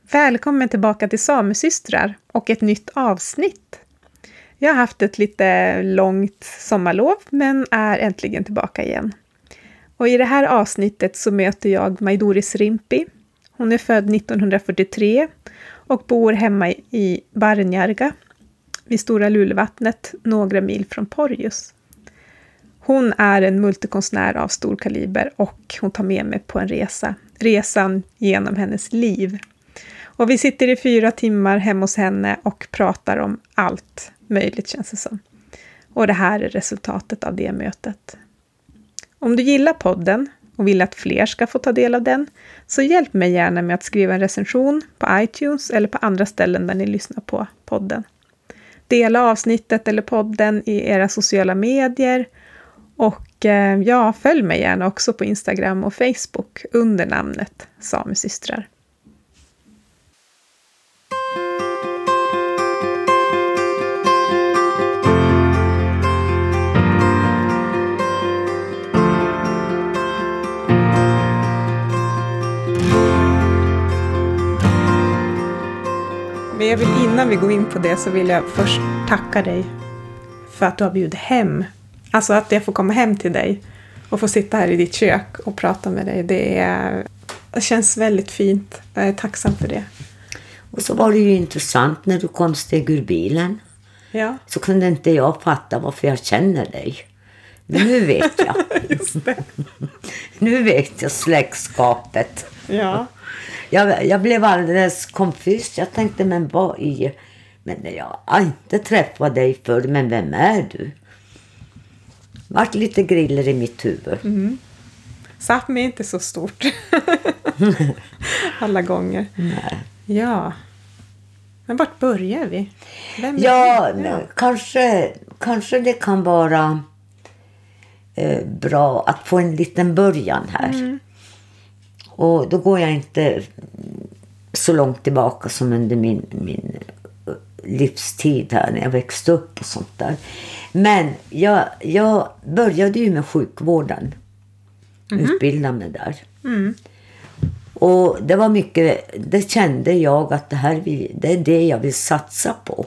Välkommen tillbaka till Samesystrar och ett nytt avsnitt. Jag har haft ett lite långt sommarlov men är äntligen tillbaka igen. Och i det här avsnittet så möter jag Maj-Doris Rimpi. Hon är född 1943 och bor hemma i Barnjärga vid Stora Lulevattnet några mil från Porjus. Hon är en multikonstnär av stor kaliber och hon tar med mig på en resa. Resan genom hennes liv. Och vi sitter i 4 timmar hemma hos henne och pratar om allt möjligt känns det som. Och det här är resultatet av det mötet. Om du gillar podden och vill att fler ska få ta del av den så hjälp mig gärna med att skriva en recension på iTunes eller på andra ställen där ni lyssnar på podden. Dela avsnittet eller podden i era sociala medier och följ mig gärna också på Instagram och Facebook under namnet Samesystrar. Men jag vill, innan vi går in på det så vill jag först tacka dig för att du har bjudit hem. Alltså att jag får komma hem till dig och få sitta här i ditt kök och prata med dig. Det känns väldigt fint. Jag är tacksam för det. Och så var det ju intressant när du kom steg ur bilen. Ja. Så kunde inte jag fatta varför jag känner dig. Men nu vet jag. Just det. Nu vet jag släktskapet. Ja. Jag blev alldeles konfys. Jag tänkte, men vad är... Men jag har inte träffat dig förr, men vem är du? Vart lite griller i mitt huvud. Mm. Sápmi är inte så stort. Alla gånger. Nej. Ja. Men vart börjar vi? Kanske det kan vara bra att få en liten början här. Mm. Och då går jag inte så långt tillbaka som under min livstid här när jag växte upp och sånt där. Men jag började ju med sjukvården. Utbilda mig där. Mm. Och det var mycket, det kände jag att det är det jag vill satsa på.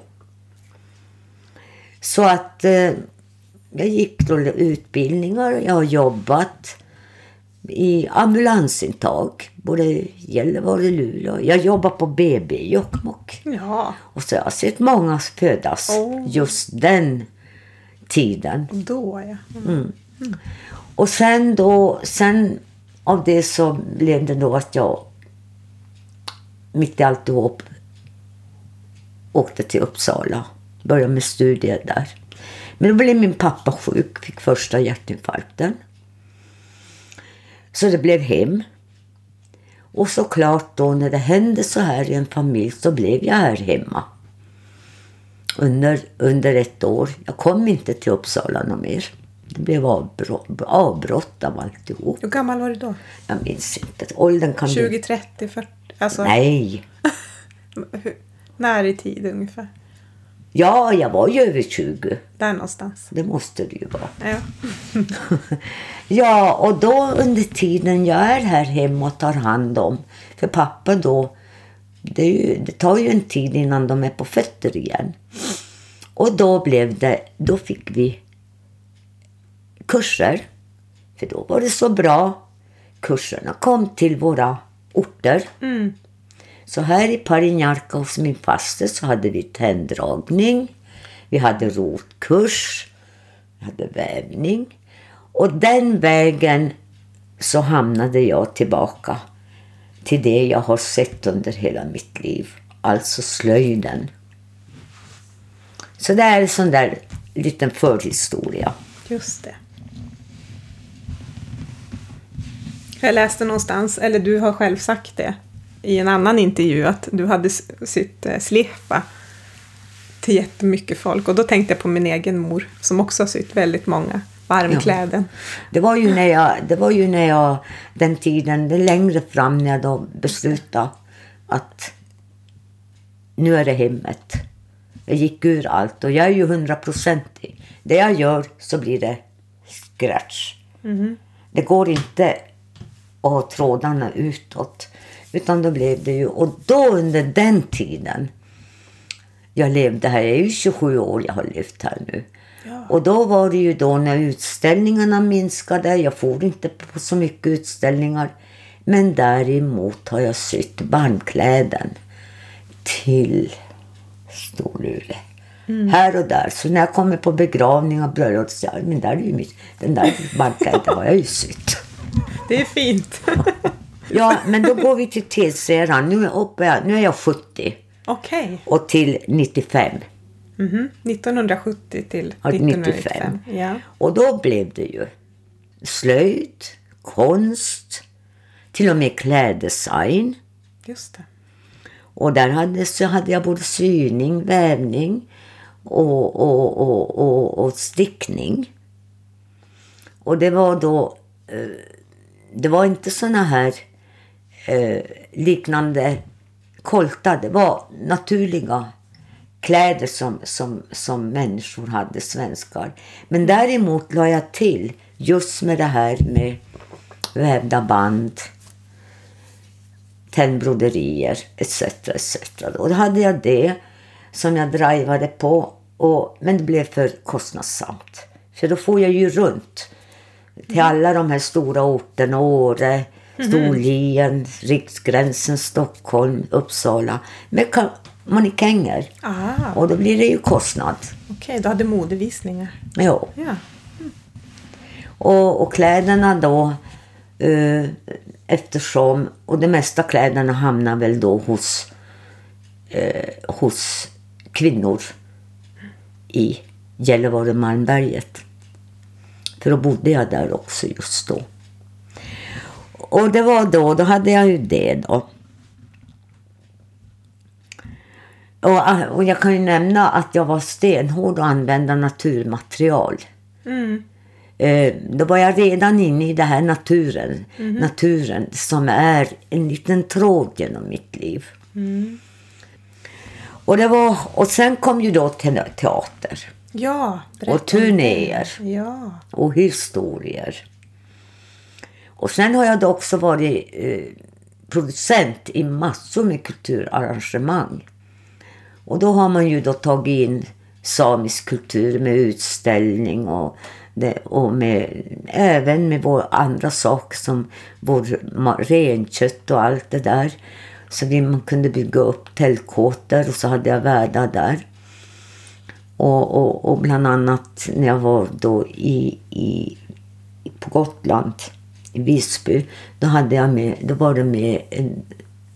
Så att jag gick då utbildningar, jag har jobbat i ambulansintag, både Gällivare och Luleå. Jag jobbar på BB i Jokkmokk. Ja. Och så har jag sett många födas just den tiden. Då, ja. Och sen av det så blev det då att jag mitt i alltihop åkte till Uppsala. Började med studier där. Men då blev min pappa sjuk, fick första hjärtinfarkten. Så det blev hem. Och såklart då när det hände så här i en familj så blev jag här hemma. Under 1 år. Jag kom inte till Uppsala någon mer. Det blev avbrott av alltihop. Hur gammal var du då? Jag minns inte. Åldern kan 20, 30, 40? Alltså... Nej. När i tid ungefär? Ja, jag var ju över 20. Där någonstans. Det måste det ju vara. Ja. Ja, och då under tiden jag är här hemma och tar hand om. För pappa då, det tar ju en tid innan de är på fötter igen. Och då fick vi kurser. För då var det så bra. Kurserna kom till våra orter. Mm. Så här i Parinjarka hos min faster så hade vi tänddragning. Vi hade rotkurs. Vi hade vävning. Och den vägen så hamnade jag tillbaka till det jag har sett under hela mitt liv. Alltså slöjden. Så det är en sån där liten förhistoria. Just det. Jag läste någonstans, eller du har själv sagt det i en annan intervju, att du hade sytt slepa till jättemycket folk. Och då tänkte jag på min egen mor som också har sytt väldigt många varmkläden. Ja. Det var ju när jag den tiden, det längre fram när jag då beslutade att nu är det hemmet. Jag gick ur allt och jag är ju 100%. Det jag gör så blir det scratch. Mm. Det går inte att ha trådarna utåt. Utan då blev det ju, och då under den tiden jag levde här, jag är ju 27 år jag har levt här nu. Ja. Och då var det ju då när utställningarna minskade, jag får inte på så mycket utställningar. Men däremot har jag sytt bandkläden till Storlule. Här och där. Så när jag kommer på begravning och bröllop så jag, men där är ju den där bandkläden har jag ju sytt. Det är fint. Ja, men då går vi till T-seran. Nu är jag 70. Okej. Och till 95. 1970 till 1995. Ja. Och då blev det ju slöjd, konst, till och med kläddesign. Just det. Och där hade jag både syning, vävning och stickning. Och det var då, det var inte såna här liknande koltar. Det var naturliga kläder som människor hade, svenskar. Men däremot la jag till just med det här med vävda band, tennbroderier etc. Och då hade jag det som jag drivade på. Men det blev för kostnadssamt. För då får jag ju runt till alla de här stora orterna. Åre, Storlien, Riksgränsen, Stockholm, Uppsala. Med mannekänger. Och då blir det ju kostnad. Okej, du hade modevisningar. Ja. Ja. Och kläderna då, eftersom, och de mesta kläderna hamnar väl då hos kvinnor i Gällivare Malmberget. För då bodde jag där också just då. Och det var då hade jag ju det då. Och jag kan ju nämna att jag var stenhård och använda naturmaterial. Då var jag redan inne i det här naturen som är en liten tråd genom mitt liv. Och sen kom ju då teater. Ja, och turnéer. Ja. Och historier. Och sen har jag då också varit producent i massor med kulturarrangemang. Och då har man ju då tagit in samisk kultur med utställning och även med andra saker som renkött och allt det där. Så man kunde bygga upp tältkåtor och så hade jag värdar där. Och bland annat när jag var då på Gotland, i Visby, då var det med en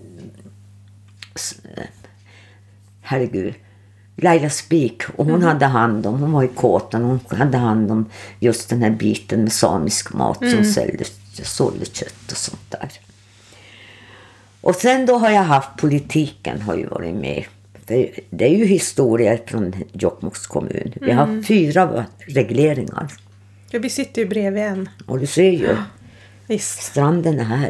Laila Spik, och hon hon var i kåtan, hon hade hand om just den här biten med samisk mat som sålde kött och sånt där. Och sen då har jag haft politiken, har ju varit med. Det är ju historier från Jokkmokks kommun. Vi har 4 regleringar. Ja, vi sitter ju bredvid en. Och du ser ju, Visst. stranden är här.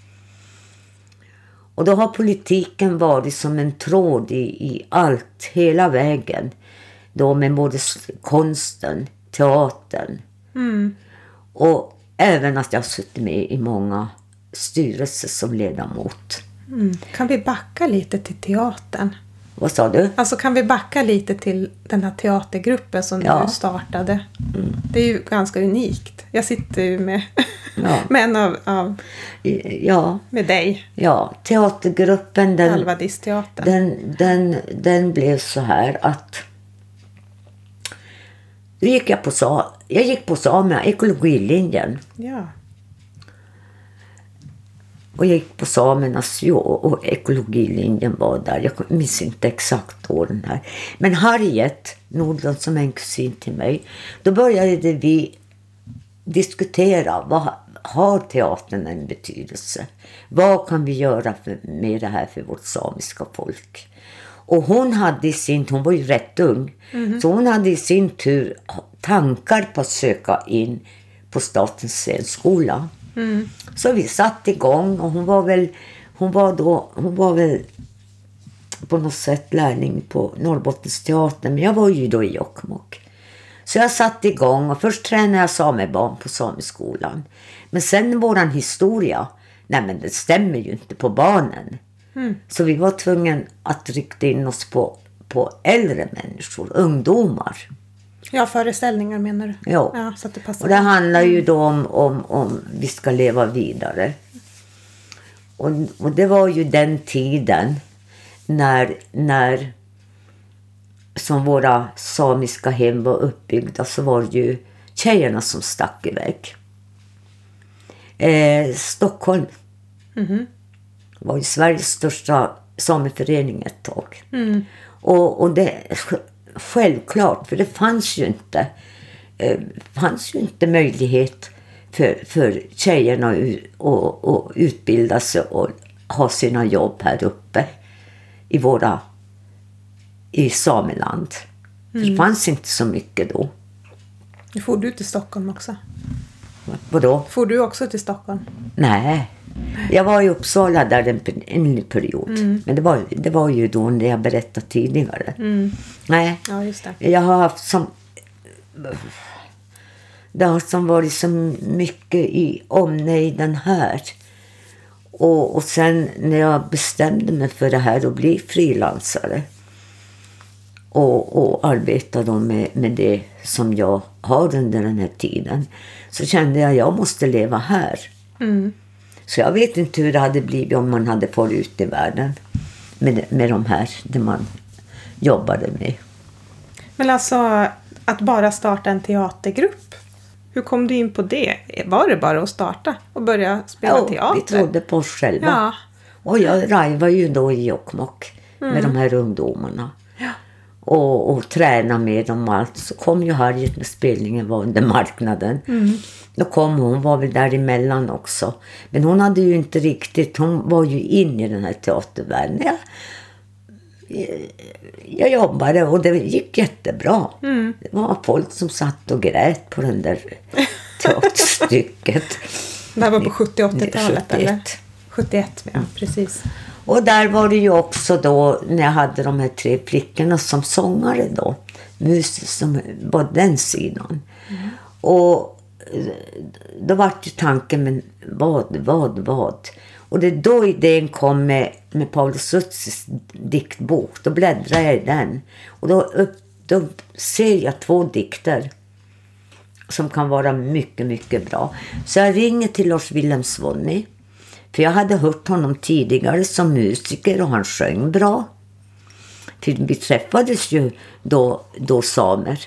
Och då har politiken varit som en tråd i allt, hela vägen. Då med både konsten, teatern. Och även att jag har suttit med i många styrelser som ledamot. Kan vi backa lite till teatern? Vad sa du? Alltså kan vi backa lite till den här teatergruppen som du startade? Det är ju ganska unikt. Jag sitter ju med en av med dig. Ja, teatergruppen Alvadis-teatern. Den blev så här att då gick jag gick på Samia ekologilinjen. Ja. Och jag gick på samernas och ekologilinjen var där. Jag minns inte exakt åren här. Men Harriet Nordlund, som är en kusin till mig, då började vi diskutera, vad har teatern en betydelse? Vad kan vi göra med det här för vårt samiska folk? Och hon var ju rätt ung, så hon hade i sin tur tankar på att söka in på Statens scenskola. Så vi satt igång, och hon var väl på något sätt lärling på Norrbottens teater, men jag var ju då i Jokkmokk. Så jag satt igång, och först tränade jag samebarn på sameskolan. Men sen våran historia, nej men det stämmer ju inte på barnen. Så vi var tvungna att rikta in oss på äldre människor, ungdomar. Ja, föreställningar menar du? Ja, så att det passar. Och det handlar ju då om vi ska leva vidare. Och det var ju den tiden när som våra samiska hem var uppbyggda, så var det ju tjejerna som stack iväg. Stockholm var ju Sveriges största sameförening ett tag. Och det självklart, för det fanns ju inte möjlighet för tjejerna att utbilda sig och ha sina jobb här uppe i Sameland. För det fanns inte så mycket då. Får du till Stockholm också? Vadå? Får du också till Stockholm? Nej. Jag var i Uppsala där en period. Men det var ju då när jag berättade tidigare. Nej. Ja, just det. Jag har haft det har som varit så mycket i omnejden här. Och sen när jag bestämde mig för det här att bli frilansare och arbeta då med det som jag har under den här tiden, så kände jag måste leva här. Så jag vet inte hur det hade blivit om man hade fått ut i världen med de här det man jobbade med. Men alltså att bara starta en teatergrupp, hur kom du in på det? Var det bara att starta och börja spela teater? Ja, vi trodde på oss själva. Ja. Och jag rajvade ju då i Jokkmokk med de här ungdomarna. Ja. Och träna med dem och allt. Så kom ju Harriet när spelningen var under marknaden. Då kom hon, var väl där emellan också. Men hon hade ju inte riktigt, hon var ju in i den här teatervärlden. Jag jobbade och det gick jättebra. Det var folk som satt och grät på den där teaterstycket. Det här var på 70-80-talet 71. eller? 71, ja, precis. Och där var det ju också då när jag hade de här 3 flickorna som sångare då. Mus som var den sidan. Och då var ju tanken, men vad? Och det är då idén kom med Paulus Sutsis diktbok. Då bläddrar jag i den. Och då ser jag 2 dikter som kan vara mycket, mycket bra. Så jag ringer till Lars-Wilhelm Svonni. För jag hade hört honom tidigare som musiker och han sjöng bra. För vi träffades ju då samer.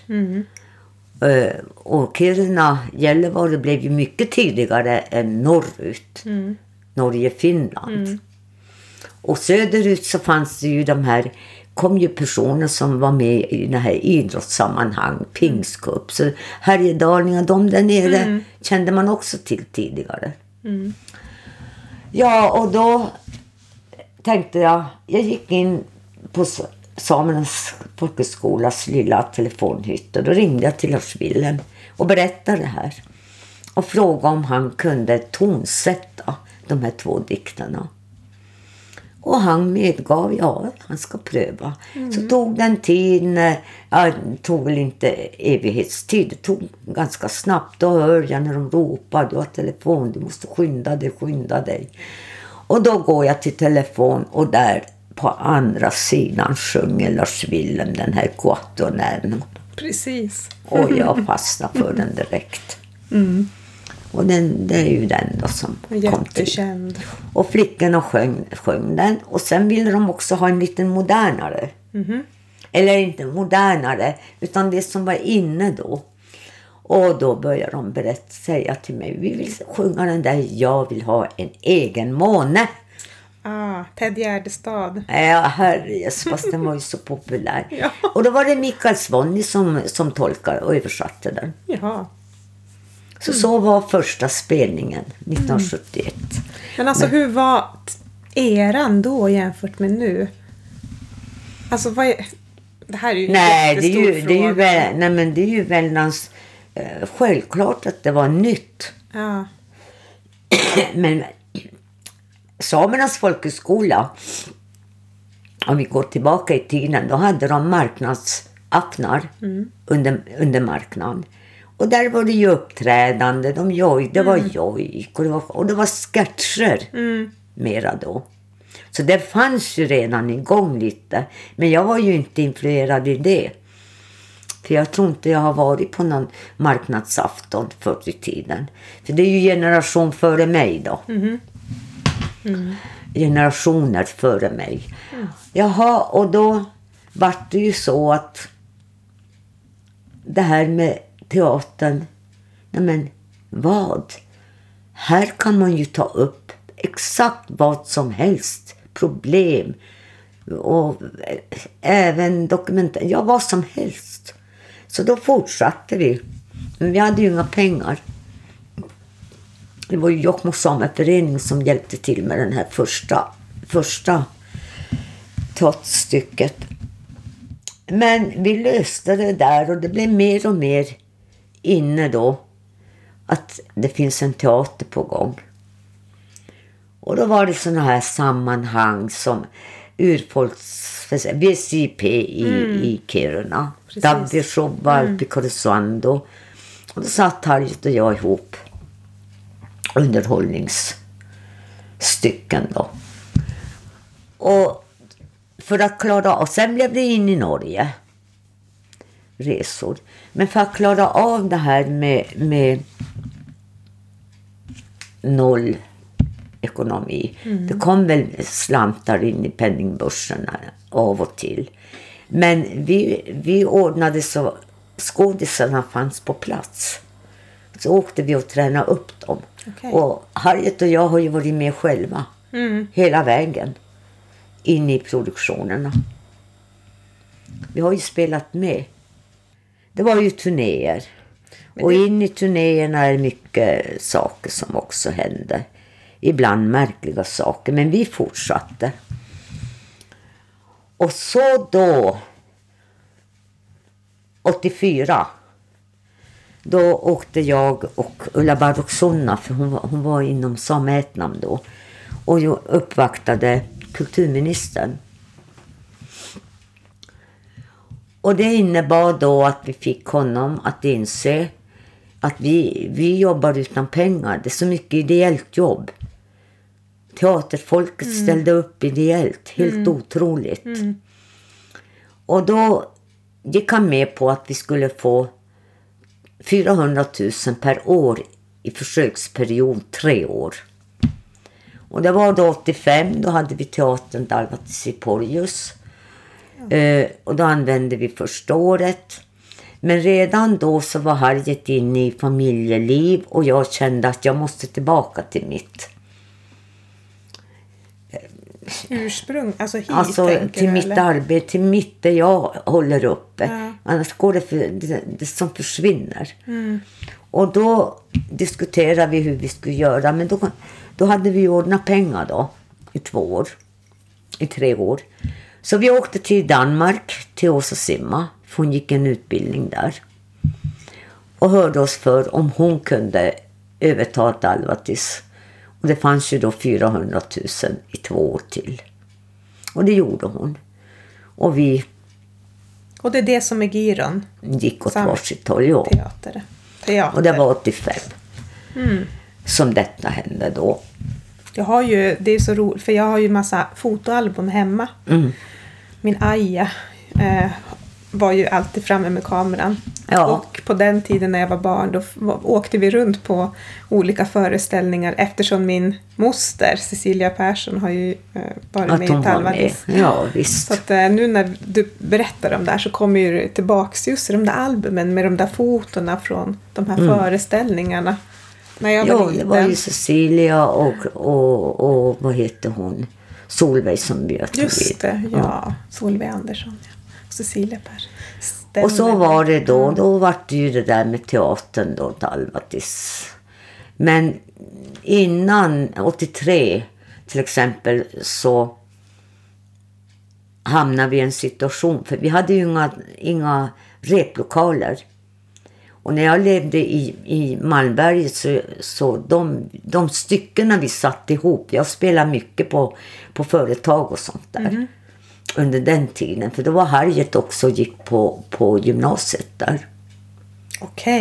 Och Kiruna, Gällivare blev ju mycket tidigare än norrut. Norge, Finland. Och söderut så fanns det ju kom ju personer som var med i det här idrottssammanhang, Pingskupp. Så Härjedalningar, de där nere kände man också till tidigare. Ja, och då tänkte jag gick in på Samernas folkhögskolas lilla telefonhytt och då ringde jag till Lars-Wilhelm och berättade det här. Och frågade om han kunde tonsätta de här 2 dikterna. Och han medgav, han ska pröva. Så tog den tiden, tog väl inte evighetstid, det tog ganska snabbt. Då hör jag när de ropar, du har telefon, du måste skynda dig. Och då går jag till telefon och där på andra sidan sjunger Lars-Wilhelm den här Kuattonärno. Precis. Och jag fastnade för den direkt. Och det är ju den då som kom till. Och flickorna sjöng den. Och sen ville de också ha en liten modernare. Eller inte modernare, utan det som var inne då. Och då började de säga till mig, vi vill sjunga den där, jag vill ha en egen måne. Ted Gärdestad. Ja, herres, fast den var ju så populär. Ja. Och då var det Mikael Svonni som tolkade och översatte den. Ja. Så var första spelningen 1971. Men alltså hur var eran då jämfört med nu? Alltså vad är... Det här är ju jättestor fråga. Nej, men det är ju väldigt självklart att det var nytt. Ja. Men Samernas folkhögskola, om vi går tillbaka i tiden, då hade de marknadsaftnar under marknaden. Och där var det ju uppträdande. Det var jojk och det var sketcher mera då. Så det fanns ju redan igång lite. Men jag var ju inte influerad i det. För jag tror inte jag har varit på någon marknadsafton förr i tiden. För det är ju generation före mig då. Generationer före mig. Jaha, och då var det ju så att det här med teatern, nej men vad? Här kan man ju ta upp exakt vad som helst. Problem. Och även dokumentation. Ja, vad som helst. Så då fortsatte vi. Men vi hade ju inga pengar. Det var ju Jokkmokks sameförening som hjälpte till med den här första teaterstycket. Men vi löste det där och det blev mer och mer inne då att det finns en teater på gång. Och då var det såna här sammanhang som VCP i Kiruna. Davide Show, Alpi Karesuando. Och då satt Harriet och jag ihop underhållningsstycken då. Och för att klara av, sen blev det in i Norge resor. Men för att klara av det här med noll ekonomi. Det kom väl slantar in i penningbörserna av och till. Men vi ordnade så skådisarna fanns på plats. Så åkte vi och tränade upp dem. Okay. Och Harriet och jag har ju varit med själva. Hela vägen. In i produktionerna. Vi har ju spelat med. Det var ju turnéer. Och in i turnéerna är mycket saker som också hände. Ibland märkliga saker. Men vi fortsatte. Och så då 84. Då åkte jag och Ulla Barroksonna, för hon var inom Sameetnam då. Och jag uppvaktade kulturministern. Och det innebar då att vi fick honom att inse att vi jobbar utan pengar. Det är så mycket ideellt jobb. Teaterfolket ställde upp ideellt. Helt otroligt. Och då gick han med på att vi skulle få 400 000 per år i försöksperiod 3 år. Och det var då 85, då hade vi teatern Dalvatis i Porjus. Och då använde vi första året. Men redan då så var Harriet inne i familjeliv och jag kände att jag måste tillbaka till mitt ursprung, alltså hit, till mitt arbete, till mitt där jag håller uppe. Ja. Annars går det som försvinner. Och då diskuterade vi hur vi skulle göra. Men då hade vi ordnat pengar då i 3 år. Så vi åkte till Danmark, till Åsa Simma. För hon gick en utbildning där. Och hörde oss för om hon kunde överta Dalvatis. Och det fanns ju då 400 000 i 2 år till. Och det gjorde hon. Och vi... Och det är det som är giron? Gick åt varsitt håll, ja. Teater. Och det var 85. Som detta hände då. Jag har ju, det är så roligt, för jag har ju massa fotoalbum hemma. Min Aja var ju alltid framme med kameran. Ja. Och på den tiden när jag var barn, då åkte vi runt på olika föreställningar, eftersom min moster Cecilia Persson har ju varit med i Dalvatis. Ja, visst. Så att nu när du berättar om det här så kommer ju tillbaks just de där albumen med de där fotorna från de här föreställningarna. När jag var liten. Det var ju Cecilia och vad heter hon? Solveig som bjöd till. Just det, ja. Solveig Andersson, ja. Cecilia Persson. Och så var det då var det ju det där med teatern då, Dalvatis. Men innan 83 till exempel så hamnade vi i en situation, för vi hade ju inga replokaler. Och när jag levde i Malmberget så de styckena vi satt ihop, jag spelade mycket på företag och sånt där. Under den tiden. För då var Harriet också gick på gymnasiet där. Okej.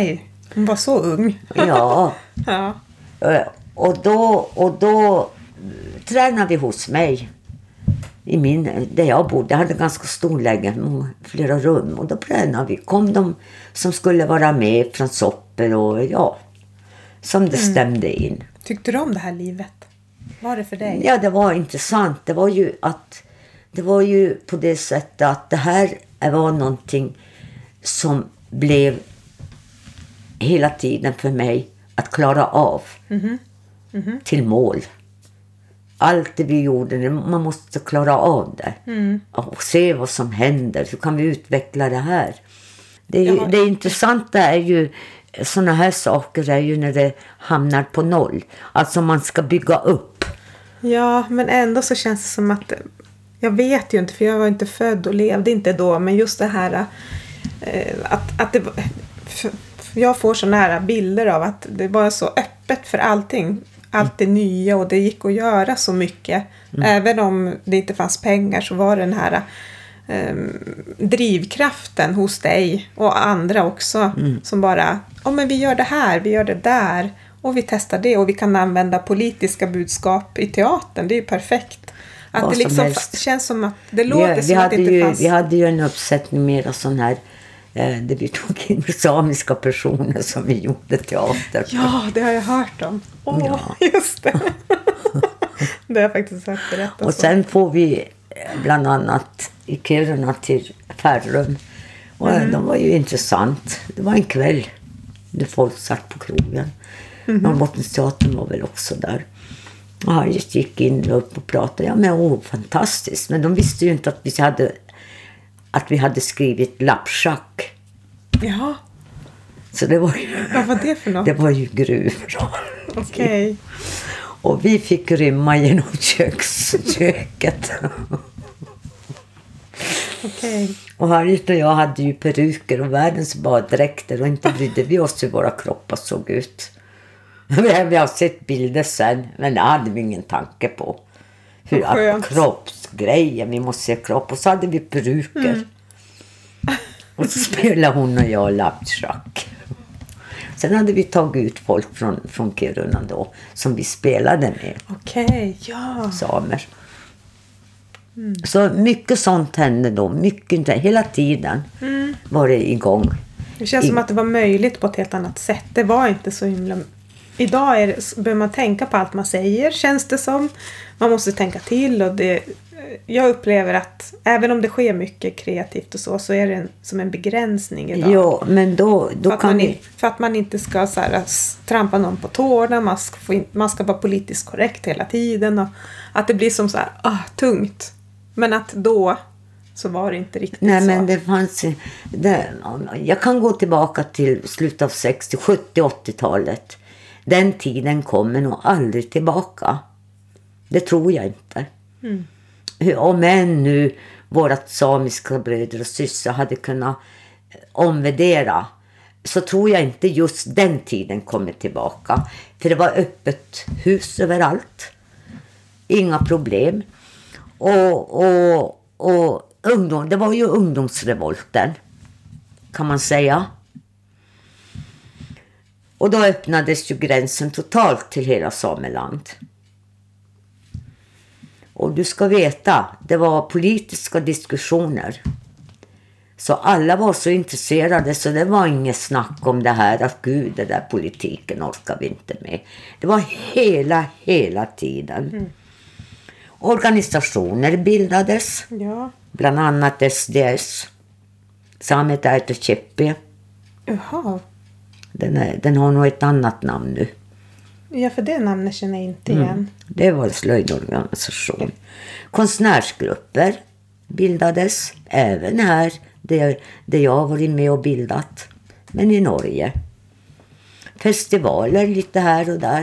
Hon var så ung. Ja. Ja. Och då tränade vi hos mig. Där jag bodde. Jag hade ganska stor lägenhet, flera rum. Och då tränade vi. Kom de som skulle vara med från Sopper och ja, som det stämde in. Tyckte du om det här livet? Vad var det för dig? Ja, det var intressant. Det var ju på det sättet att det här var någonting som blev hela tiden för mig att klara av till mål. Allt det vi gjorde, man måste klara av det. Och se vad som händer. Hur kan vi utveckla det här? Det intressanta är ju, såna här saker är ju när det hamnar på noll. Alltså man ska bygga upp. Ja, men ändå så känns det som att, jag vet ju inte för jag var inte född och levde inte då, men just det här att det, jag får såna här bilder av att det var så öppet för allting. Allt det nya och det gick att göra så mycket. Även om det inte fanns pengar så var den här drivkraften hos dig och andra också. Som bara, men vi gör det här, vi gör det där. Och vi testar det och vi kan använda politiska budskap i teatern. Det är ju perfekt. Att det liksom känns som att det låter som att det inte fanns. Vi hade ju en uppsättning med och sån här där vi tog in samiska personer som vi gjorde teater. Ja, det har jag hört om. Just det. Det har jag faktiskt hört berättas. Och sen får vi bland annat i Kiruna till Färrum. Och de var ju intressant. Det var en kväll där folk satt på krogen. Norrbottensteatern var väl också där. Och Harriet gick in upp och pratade. Ja, men fantastiskt. Men de visste ju inte att vi hade skrivit lappschack. Ja. Så det var ju... Vad var det för något? Det var ju gruvor. Okej. Och vi fick rymma genom köket. Okej. Och Harriet och jag hade ju peruker och världens baddräkter och inte brydde vi oss hur våra kroppar såg ut. Vi har sett bilder sen, men det hade vi ingen tanke på. Hur att kroppsgrejen, vi måste se kropp. Och så hade vi peruker. Och så spelade hon och jag lappschack. Sen hade vi tagit ut folk från Kiruna då, som vi spelade med. Okej, ja. Samer. Så mycket sånt hände då. Mycket, hela tiden var det igång. Det känns som att det var möjligt på ett helt annat sätt. Det var inte så himla... Idag behöver man tänka på allt man säger, känns det som. Man måste tänka till och jag upplever att även om det sker mycket kreativt och så är det som en begränsning idag. Ja, men då kan vi... För att man inte ska så här, trampa någon på tårna, man ska vara politiskt korrekt hela tiden och att det blir som så här, tungt. Men att då så var det inte riktigt Nej, så. men det fanns... jag kan gå tillbaka till slutet av 60, 70, 80-talet. Den tiden kommer nog aldrig tillbaka. Det tror jag inte. Om än nu vårat samiska bröder och systrar hade kunnat omvärdera, så tror jag inte just den tiden kommer tillbaka. För det var öppet hus överallt. Inga problem. Och det var ju ungdomsrevolten, kan man säga. Och då öppnades ju gränsen totalt till hela Sameland. Och du ska veta, det var politiska diskussioner. Så alla var så intresserade så det var inget snack om det här att gud, det där politiken orkar vi inte med. Det var hela tiden. Organisationer bildades. Ja. Bland annat SDS. Samet Äter Käppi. Jaha. Den har nog ett annat namn nu. Ja, för det namnet känner jag inte igen. Det var en slöjdorganisation. Konstnärsgrupper bildades även här där jag har varit med och bildat. Men i Norge. Festivaler lite här och där.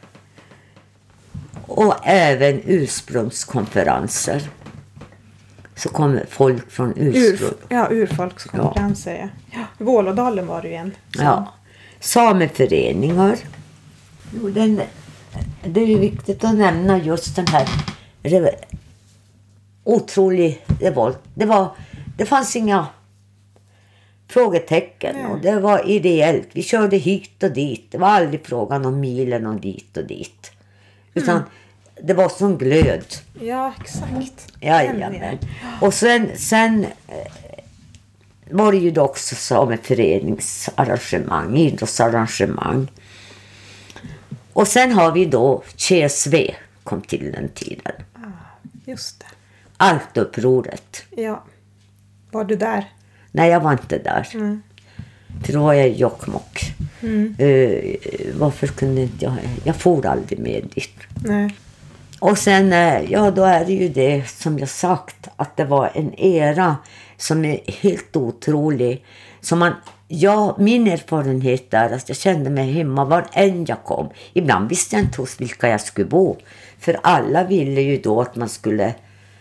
Och även ursprungskonferenser. Så kommer folk från urfolkskonferenser. Ja. Vålådalen var det ju en. Ja. Sameföreningar. Det är ju viktigt att nämna just den här otrolig revolt. Det fanns inga frågetecken. Och det var ideellt. Vi körde hit och dit. Det var aldrig frågan om milen och dit och dit. Utan det var som glöd. Ja, exakt. Jajamän. Och sen var det ju då också sameföreningsarrangemang, idrottsarrangemang. Och sen har vi då CSV kom till den tiden. Just det. Allt-upproret. Ja. Var du där? Nej, jag var inte där. För då var jag i Jokkmokk. Varför kunde inte jag... Jag får aldrig med dit. Nej. Och sen, då är det ju det som jag sagt. Att det var en era som är helt otrolig. Som min erfarenhet är att jag kände mig hemma var än jag kom. Ibland visste jag inte hos vilka jag skulle bo. För alla ville ju då att man skulle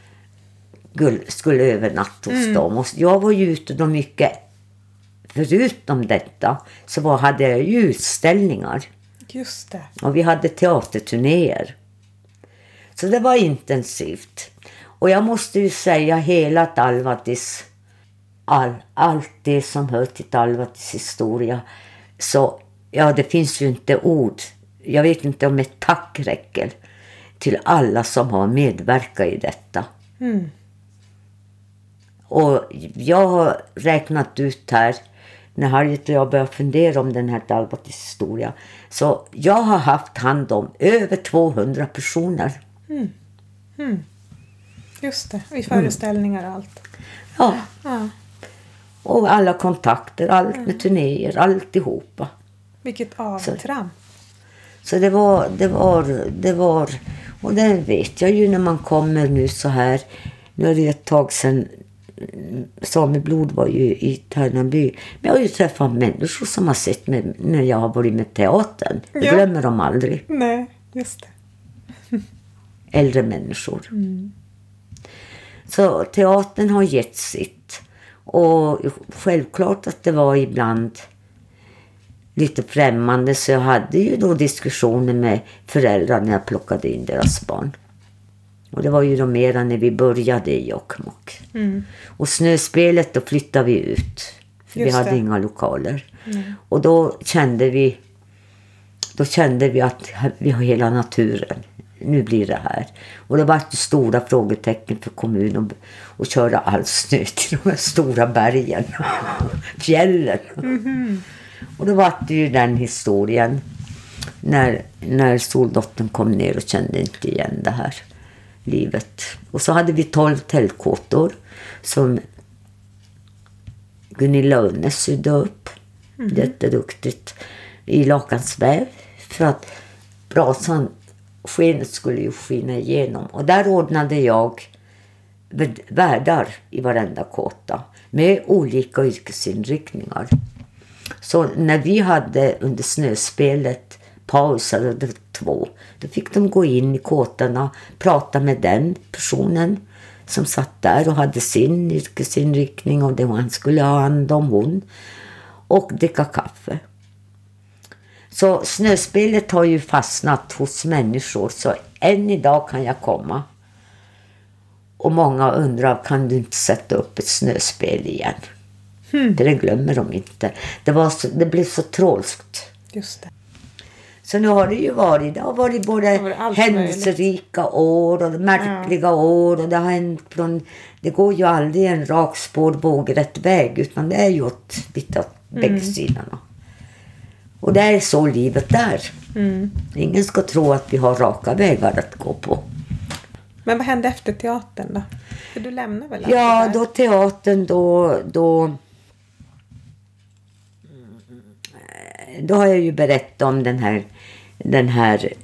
övernatta hos dem. Och jag var ju ute då mycket. Förutom detta så hade jag ju utställningar. Just det. Och vi hade teaterturnéer. Så det var intensivt. Och jag måste ju säga hela Talvatis, allt det som hör till Talvatis historia. Så ja, det finns ju inte ord. Jag vet inte om ett tack räcker till alla som har medverkat i detta. Och jag har räknat ut här, när Harriet och jag började fundera om den här Talvatis historia. Så jag har haft hand om över 200 personer. Just det, i föreställningar och allt. Ja. Och alla kontakter, allt med turnéer, alltihopa. Vilket avtramp. Så det var, och det vet jag ju när man kommer nu så här. Nu är det ett tag sedan Sameblod var ju i Tärnaby. Men jag har ju träffat människor som har sett mig när jag har varit med teatern. Jag glömmer dem aldrig. Nej, just det. Äldre människor. Så teatern har gett sitt. Och självklart att det var ibland lite främmande. Så jag hade ju då diskussioner med föräldrar när jag plockade in deras barn. Och det var ju då mera när vi började i Jokkmokk. Och snöspelet, då flyttade vi ut. För vi hade inga lokaler. Och då kände vi att vi har hela naturen. Nu blir det här. Och det var det stora frågetecken för kommunen att köra all snö till de här stora bergen. Fjällen. Och då var det ju den historien. När soldottern kom ner och kände inte igen det här livet. Och så hade vi 12 tältkåtor som Gunilla Önnes sydde upp. Jätteduktigt. I lakansväv. För att brasan, skenet skulle ju skina igenom. Och där ordnade jag värdar i varenda kåta. Med olika yrkesinriktningar. Så när vi hade under snöspelet pausade det 2. Då fick de gå in i kåtorna, prata med den personen som satt där och hade sin yrkesinriktning och det han skulle ha hand om hon. Och dricka kaffe. Så snöspelet har ju fastnat hos människor. Så än idag kan jag komma. Och många undrar, kan du inte sätta upp ett snöspel igen? För det glömmer de inte. Det blev så trålskt. Just det. Så nu har det har varit både händelserika år och märkliga år. Och det har hänt det går ju aldrig en rak spår vågrätt väg. Utan det är ju lite åt bägge sidorna. Och det är så livet är. Ingen ska tro att vi har raka vägar att gå på. Men vad hände efter teatern då? För du lämnade väl? Ja, då teatern då har jag ju berättat om den här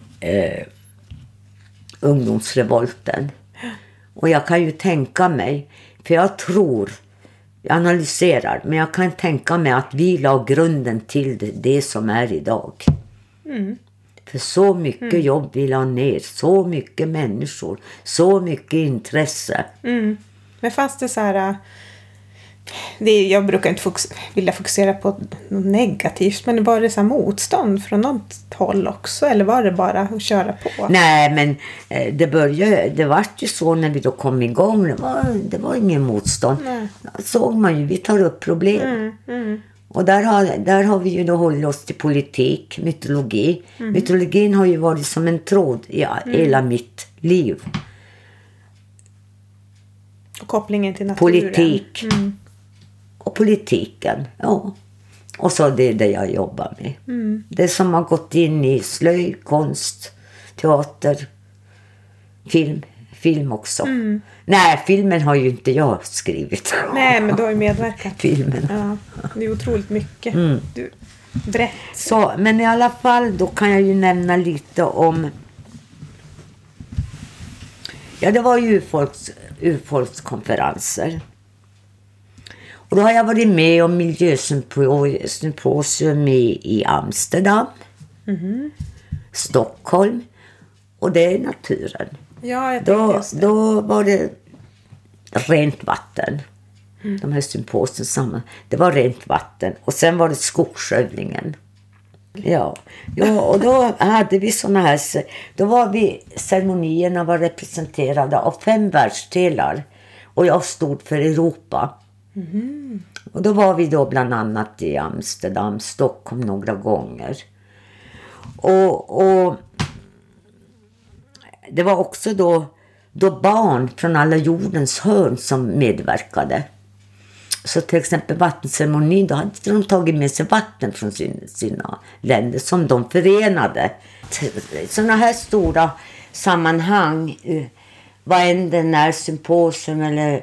ungdomsrevolten. Och jag kan ju tänka mig, för jag analyserar, men jag kan tänka mig att vi la grunden till det som är idag. För så mycket jobb vi la ner, så mycket människor, så mycket intresse. Men fanns det så här, Jag brukar inte vilja fokusera på något negativt, men var det så här motstånd från något håll också, eller var det bara att köra på? Nej, men det var ju så när vi då kom igång, det var ingen motstånd. Nej. Såg man ju, vi tar upp problem. Och där har vi ju då hållit oss till politik, mytologi. Mytologin har ju varit som en tråd i hela mitt liv. Och kopplingen till naturen. Politik. Och politiken, ja. Och så det är det jag jobbar med. Det som har gått in i slöjd, konst, teater, film också. Nej, filmen har ju inte jag skrivit. Nej, men du har ju medverkat. Filmen. Ja, det är otroligt mycket. Brett. Så, men i alla fall, då kan jag ju nämna lite om... Ja, det var ju urfolkskonferenser. Och då har jag varit med om miljösymposium i Amsterdam, Stockholm, och det är naturen. Ja, jag tänkte just det. Då var det rent vatten. De här symposien samman. Det var rent vatten. Och sen var det skogsskövlingen. Ja, och då hade vi såna här... Då var ceremonierna var representerade av 5 världsdelar. Och jag stod för Europa. Och då var vi då bland annat i Amsterdam, Stockholm några gånger. Och det var också då barn från alla jordens hörn som medverkade. Så till exempel vattenceremonin, då hade de tagit med sig vatten från sina länder som de förenade. Sådana här stora sammanhang, vad än den är, symposium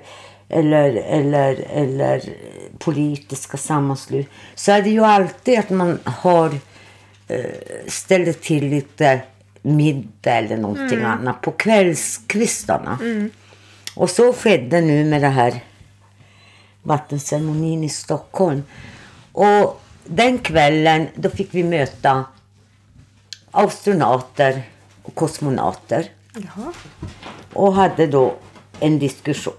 eller politiska sammanslut, så är det ju alltid att man har ställer till lite middag eller någonting annat på kvällskvistarna. Och så skedde nu med det här vattenceremonin i Stockholm. Och den kvällen då fick vi möta astronauter och kosmonauter. Jaha. Och hade då en diskussion.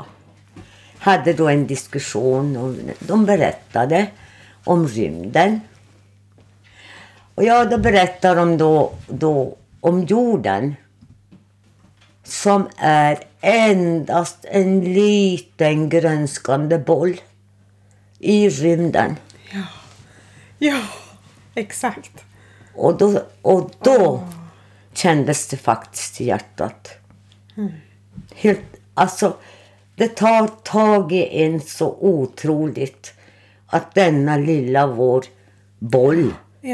Och de berättade om rymden. Och då berättar de då om jorden, som är endast en liten grönskande boll i rymden. Ja, exakt. Och då kändes det faktiskt i hjärtat. Helt, alltså, det tar tag i en så otroligt att denna lilla vår boll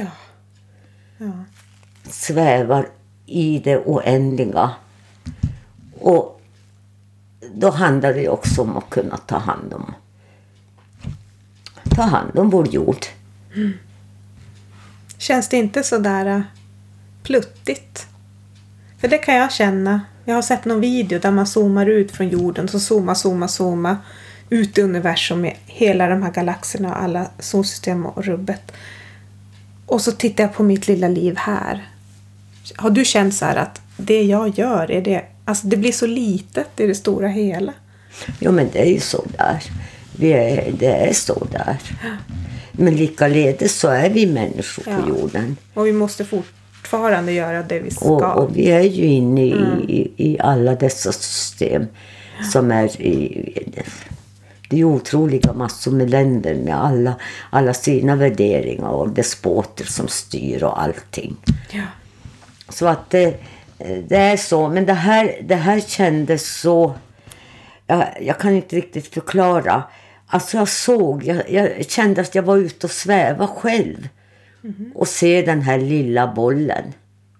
svävar i det oändliga. Och då handlar det också om att kunna ta hand om vår jord. Känns det inte så där pluttigt? För det kan jag känna. Jag har sett någon video där man zoomar ut från jorden. Så zooma ut i universum med hela de här galaxerna och alla solsystem och rubbet. Och så tittar jag på mitt lilla liv här. Har du känt så här att det jag gör är det... Alltså det blir så litet i det stora hela? Jo, men det är ju så där. Det är så där. Men likaledes så är vi människor på jorden. Och vi måste fortfarande göra det vi ska. Och vi är ju inne i alla dessa system som är det är otroliga massor med länder med alla sina värderingar och despoter som styr och allting. Ja. Så att det är så. Men det här kändes så... Jag kan inte riktigt förklara. Alltså jag kände att jag var ute och sväva själv. Och se den här lilla bollen.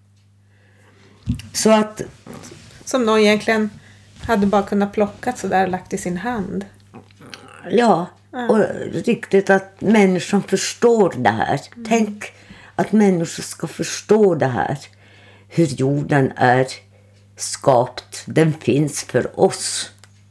Så att... Som någon egentligen hade bara kunnat plocka så där och lagt i sin hand. Ja, och riktigt att människan förstår det här. Tänk att människor ska förstå det här. Hur jorden är skapt. Den finns för oss.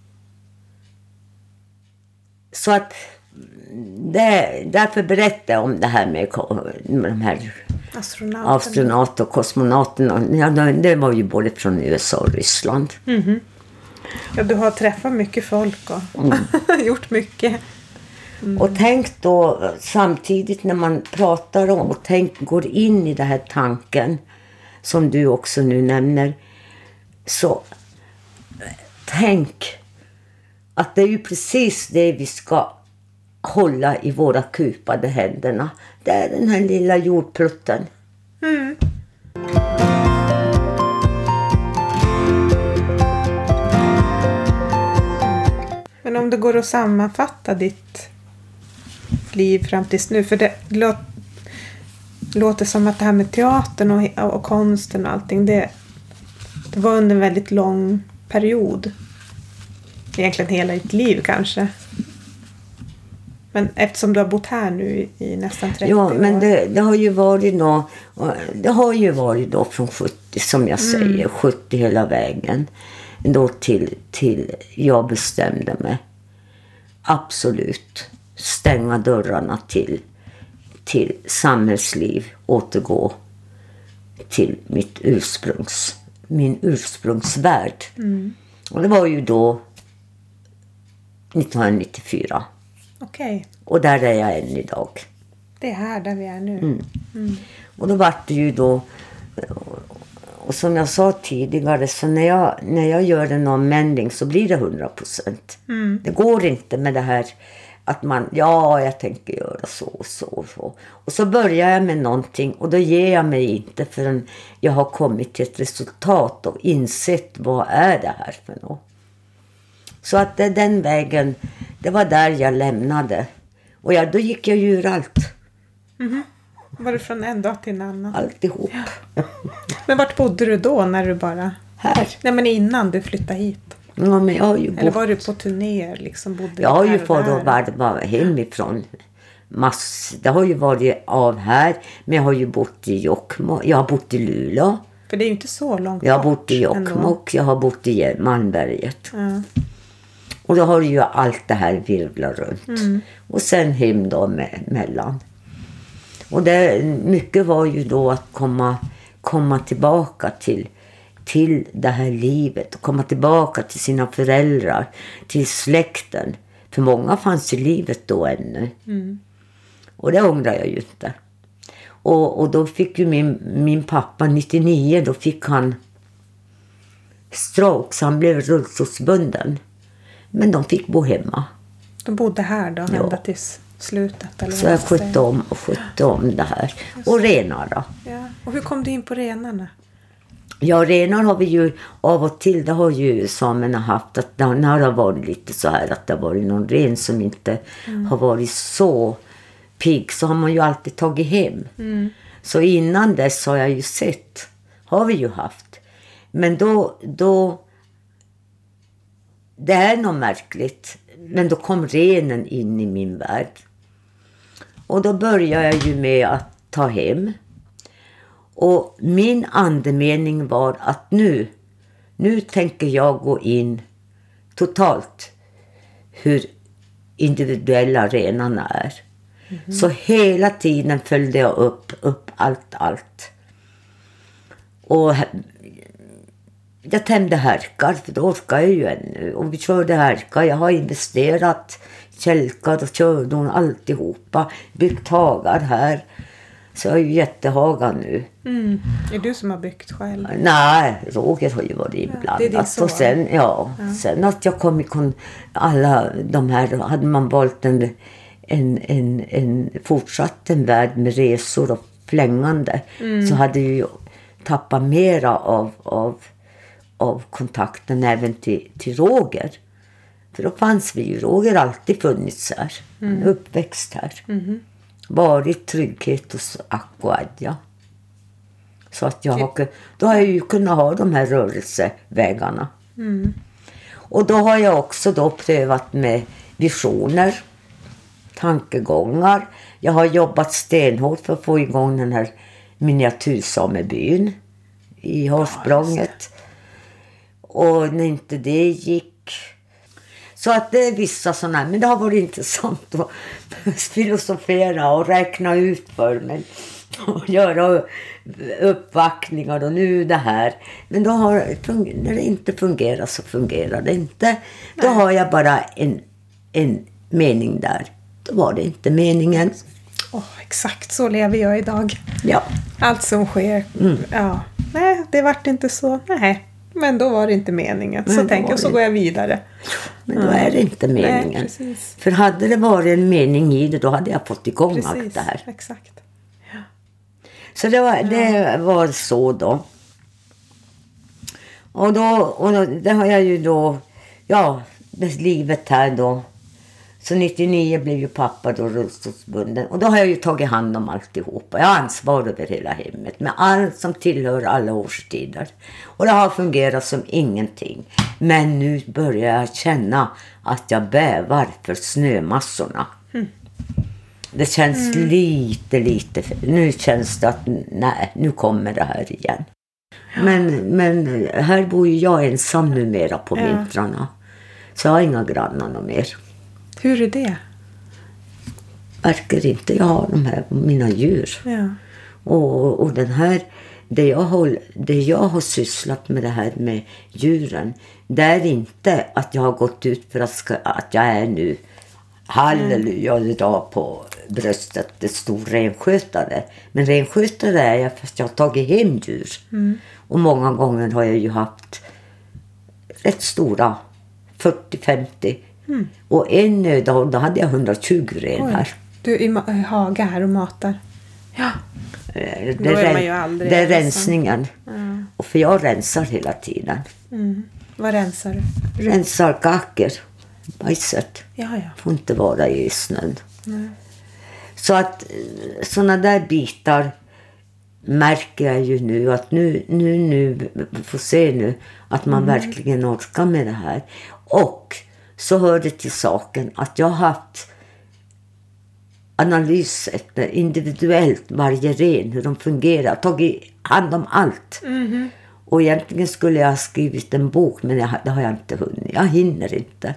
Så att därför berättar jag om det här med de här astronauter och kosmonauterna. Ja, det var ju både från USA och Ryssland. Ja, du har träffat mycket folk och gjort mycket. Och tänk då samtidigt när man pratar om och går in i den här tanken som du också nu nämner, så tänk att det är ju precis det vi ska hålla i våra kupade händerna. Det är den här lilla jordplutten. Mm. Men om det går att sammanfatta ditt liv fram tills nu, för det låter som att det här med teatern och konsten och allting, det var under en väldigt lång period. Egentligen hela ditt liv kanske. Men eftersom du har bott här nu i nästan 30 år. Ja, men det har ju varit då från 70, som jag säger, 70 hela vägen. Då till jag bestämde mig. Absolut. Stänga dörrarna till samhällsliv. Återgå till min ursprungsvärld. Och det var ju då 1994. Okej. Och där är jag än idag. Det är här där vi är nu. Och då var det ju då, och som jag sa tidigare, så när jag gör en omvändning så blir det 100%. Det går inte med det här att jag tänker göra så och så och så. Och så börjar jag med någonting och då ger jag mig inte förrän jag har kommit till ett resultat och insett vad är det här för något. Så att den vägen, det var där jag lämnade. Och då gick jag ur allt. Var det från en dag till en annan? Alltihop. Ja. Men vart bodde du då när du bara... Här. Nej, men innan du flyttade hit. Ja, men jag har ju Eller var du på turnéer liksom? Bodde jag har ju fått vara hemifrån. Det har ju varit av här. Men jag har ju bott i Jokkmokk. Jag har bott i Luleå. För det är ju inte så långt. Jag har bott i Jokkmokk. Jag har bott i Malmberget. Ja. Och då har ju allt det här virvlat runt. Och sen hem då mellan. Och mycket var ju då att komma tillbaka till det här livet. Och komma tillbaka till sina föräldrar. Till släkten. För många fanns i livet då ännu. Och det ångrar jag ju inte. Och då fick ju min pappa 99. Då fick han stroke. Så han blev rullstolsbunden. Men de fick bo hemma. De bodde här då, ända tills slutet? Eller så jag skötte om det här. Och renar då. Ja. Och hur kom du in på renarna? Ja, renar har vi ju av och till. Det har ju samerna haft. Att när det har varit lite så här att det har varit någon ren som inte har varit så pigg. Så har man ju alltid tagit hem. Så innan dess har jag ju sett. Har vi ju haft. Men då det är nog märkligt. Men då kom renen in i min värld. Och då började jag ju med att ta hem. Och min andemening var att nu tänker jag gå in totalt hur individuella renarna är. Så hela tiden följde jag upp allt. Och jag tämde härkar, för då orkar jag ju ännu. Och vi körde härkar. Jag har investerat kälkar och kördon, alltihopa. Byggt hagar här. Så jag är ju jättehaga nu. Är du som har byggt själv? Nej, Roger har ju varit inblandat. Det är din son. Och sen att jag kom i alla de här, hade man valt en fortsatt en värld med resor och flängande. Så hade ju tappat mera av kontakten även till Roger. För då fanns vi ju. Roger alltid funnits här. Uppväxt här. Varit trygghet hos Akko och Adja. Så att då har jag ju kunnat ha de här rörelsevägarna. Och då har jag också då prövat med visioner. Tankegångar. Jag har jobbat stenhårt för att få igång den här miniatyrsamebyn i Harsprånget. Och när inte det gick. Så att det är vissa sådana här. Men det har varit intressant att filosofera och räkna ut för mig. Och göra uppvaktningar och nu det här. Men när det inte fungerar så fungerar det inte. Då har jag bara en mening där. då var det inte meningen. Exakt så lever jag idag. Ja. Allt som sker. Ja. Nej, det vart inte så. Nej, men då var det inte meningen. Så tänker jag, så går jag vidare. Men då är det inte meningen. Nej, för hade det varit en mening i det, då hade jag fått igång precis, allt det här. Exakt. Ja. Så det var så då. Och det har jag ju då, det livet här då. Så 99 blev ju pappa då rullstolsbunden. Och då har jag ju tagit hand om alltihopa. Jag har ansvar över hela hemmet. Med allt som tillhör alla årstider. Och det har fungerat som ingenting. Men nu börjar jag känna att jag bävar för snömassorna. Det känns lite. Nu känns det att nej, nu kommer det här igen. Men här bor ju jag ensam numera på vintrarna. Så jag har inga grannar mer. Hur är det? Verkar inte jag har mina djur. Ja. Och den här, det jag har sysslat med det här med djuren, det är inte att jag har gått ut för att jag är nu halleluja idag på bröstet, det stor renskötare. Men renskötare är jag fast jag har tagit hem djur. Och många gånger har jag ju haft rätt stora, 40-50. Och en dag då hade jag 120 renar. Du i hage här och matar. Ja. Det är rensningen. Och för jag rensar hela tiden. Vad rensar du? Rensar kaker. Bajset. Ja. Får inte vara i snön. Så att såna där bitar märker jag ju nu att nu får se nu att man verkligen orkar med det här. Och så hör det till saken att jag har haft analys efter individuellt varje ren, hur de fungerar, tagit hand om allt. Och egentligen skulle jag ha skrivit en bok, men det har jag inte hunnit. Jag hinner inte.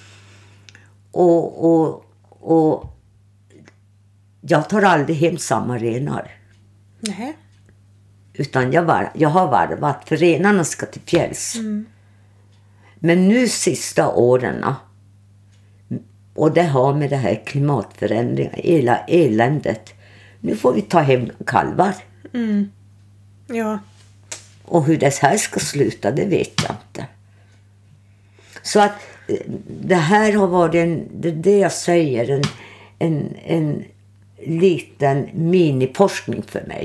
Och jag tar aldrig hem samma renar. Nej. Utan jag har varvat, för renarna ska till fjälls. Men nu sista åren, och det har med det här klimatförändringar, hela eländet. Nu får vi ta hem kalvar. Ja. Och hur det här ska sluta, det vet jag inte. Så att det här har varit det jag säger, en liten miniforskning för mig.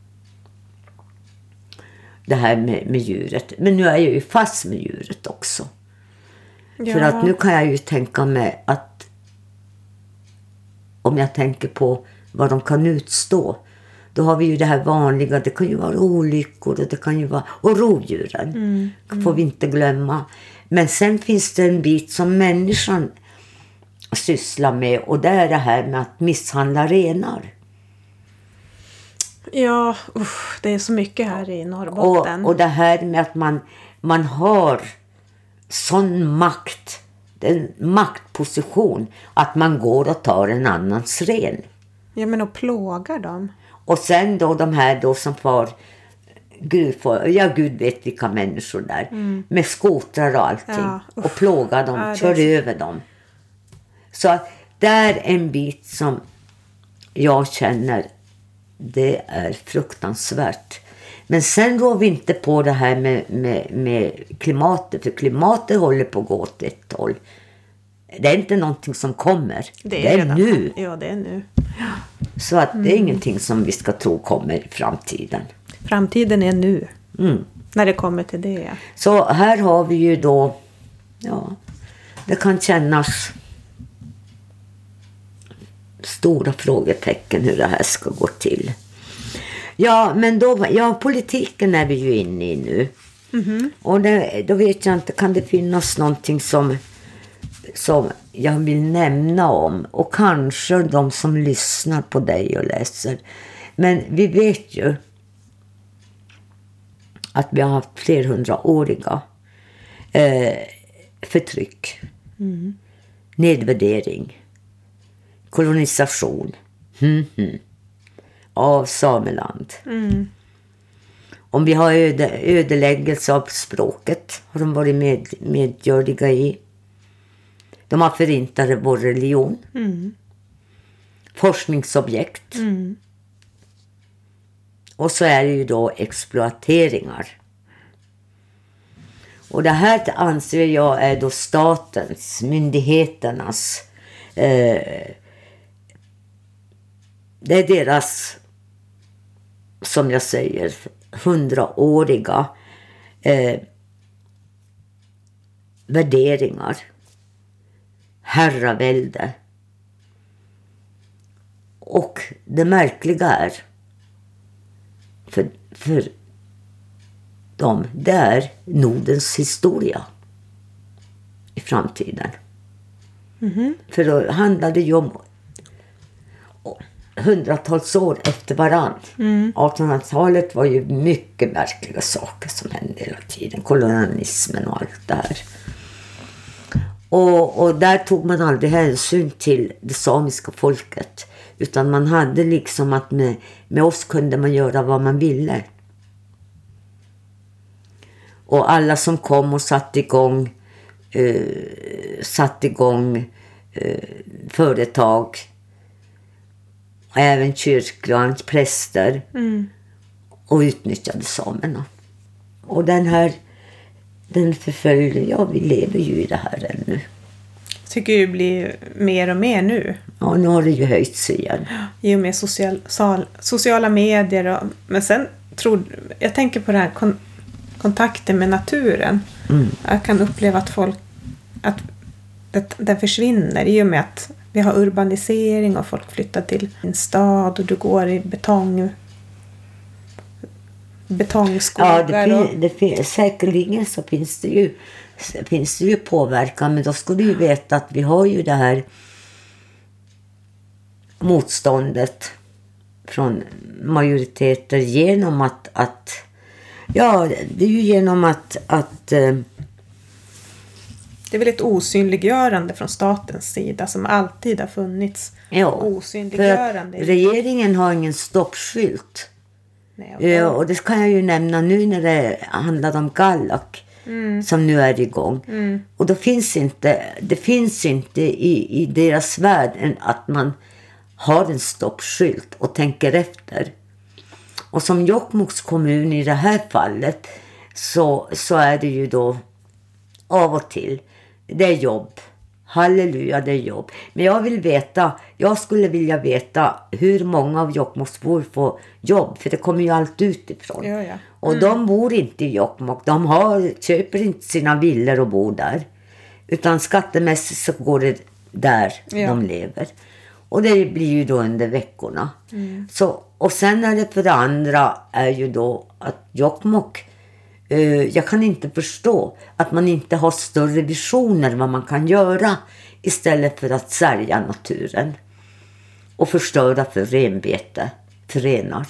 Det här med djuret. Men nu är jag ju fast med djuret också. Ja. För att nu kan jag ju tänka mig att om jag tänker på vad de kan utstå. Då har vi ju det här vanliga. Det kan ju vara olyckor och det kan ju vara... Och rovdjuren får vi inte glömma. Men sen finns det en bit som människan sysslar med. Och det är det här med att misshandla renar. Ja, det är så mycket här i Norrbotten. Och det här med att man har sån makt, en maktposition, att man går och tar en annans ren. Ja, men och plågar dem. Och sen då de här då som får, Gud vet vilka människor där, med skotrar och allting. Och plågar dem, kör över dem. Så det är en bit som jag känner, det är fruktansvärt. Men sen rår vi inte på det här med klimatet. För klimatet håller på att gå åt ett håll. Det är inte någonting som kommer. Det är nu. Ja, det är nu. Så att det är ingenting som vi ska tro kommer i framtiden. Framtiden är nu. När det kommer till det. Så här har vi ju då... Ja, det kan kännas... stora frågetecken hur det här ska gå till. Ja, men politiken är vi ju inne i nu. Och då vet jag inte, kan det finnas någonting som jag vill nämna om. Och kanske de som lyssnar på dig och läser. Men vi vet ju att vi har haft flerhundraåriga förtryck. Nedvärdering. Kolonisation av Sameland. Om vi har ödeläggelse av språket har de varit medgörliga i. De har förintat vår religion. forskningsobjekt. Och så är det ju då exploateringar. Och det här anser jag är då statens, myndigheternas, det är deras, som jag säger, 100-åriga värderingar, herravälde. Och det märkliga är för dem, det är Nordens historia i framtiden. För då handlar det ju om hundratals år efter varann. 1800-talet var ju mycket märkliga saker som hände hela tiden. Kolonialismen och allt det här. Och där tog man aldrig hänsyn till det samiska folket. Utan man hade liksom att med oss kunde man göra vad man ville. Och alla som kom och satte igång företag, även kyrkor, präster, och utnyttjade samerna. Och den förföljer, vi lever ju i det här ännu. Tycker det blir mer och mer nu. Ja, nu har det ju höjts igen. I och med sociala medier. Men sen jag tänker på det här kontakten med naturen. Jag kan uppleva att den försvinner i och med att vi har urbanisering och folk flyttar till en stad och du går i betongskogar. Ja, säkerligen så finns det ju påverkan, men då skulle du ju veta att vi har ju det här motståndet från majoriteter genom att det är ju genom att det är väl ett osynliggörande från statens sida som alltid har funnits. Ja, osynliggörande. För regeringen har ingen stoppskylt. Nej, och det kan jag ju nämna nu när det handlar om Gallak som nu är igång. Och det finns inte i deras värld att man har en stoppskylt och tänker efter. Och som Jokkmokks kommun i det här fallet så är det ju då av och till. Det är jobb. Halleluja, det är jobb. Men jag skulle vilja veta hur många av Jokkmokksbor får jobb. För det kommer ju allt utifrån. Ja. Och de bor inte i Jokkmokk. De köper inte sina villor och bor där. Utan skattemässigt så går det där de lever. Och det blir ju då under veckorna. Så, och sen är det för det andra är ju då att Jokkmokk, jag kan inte förstå att man inte har större visioner vad man kan göra istället för att sälja naturen och förstöra för renbete, för renar.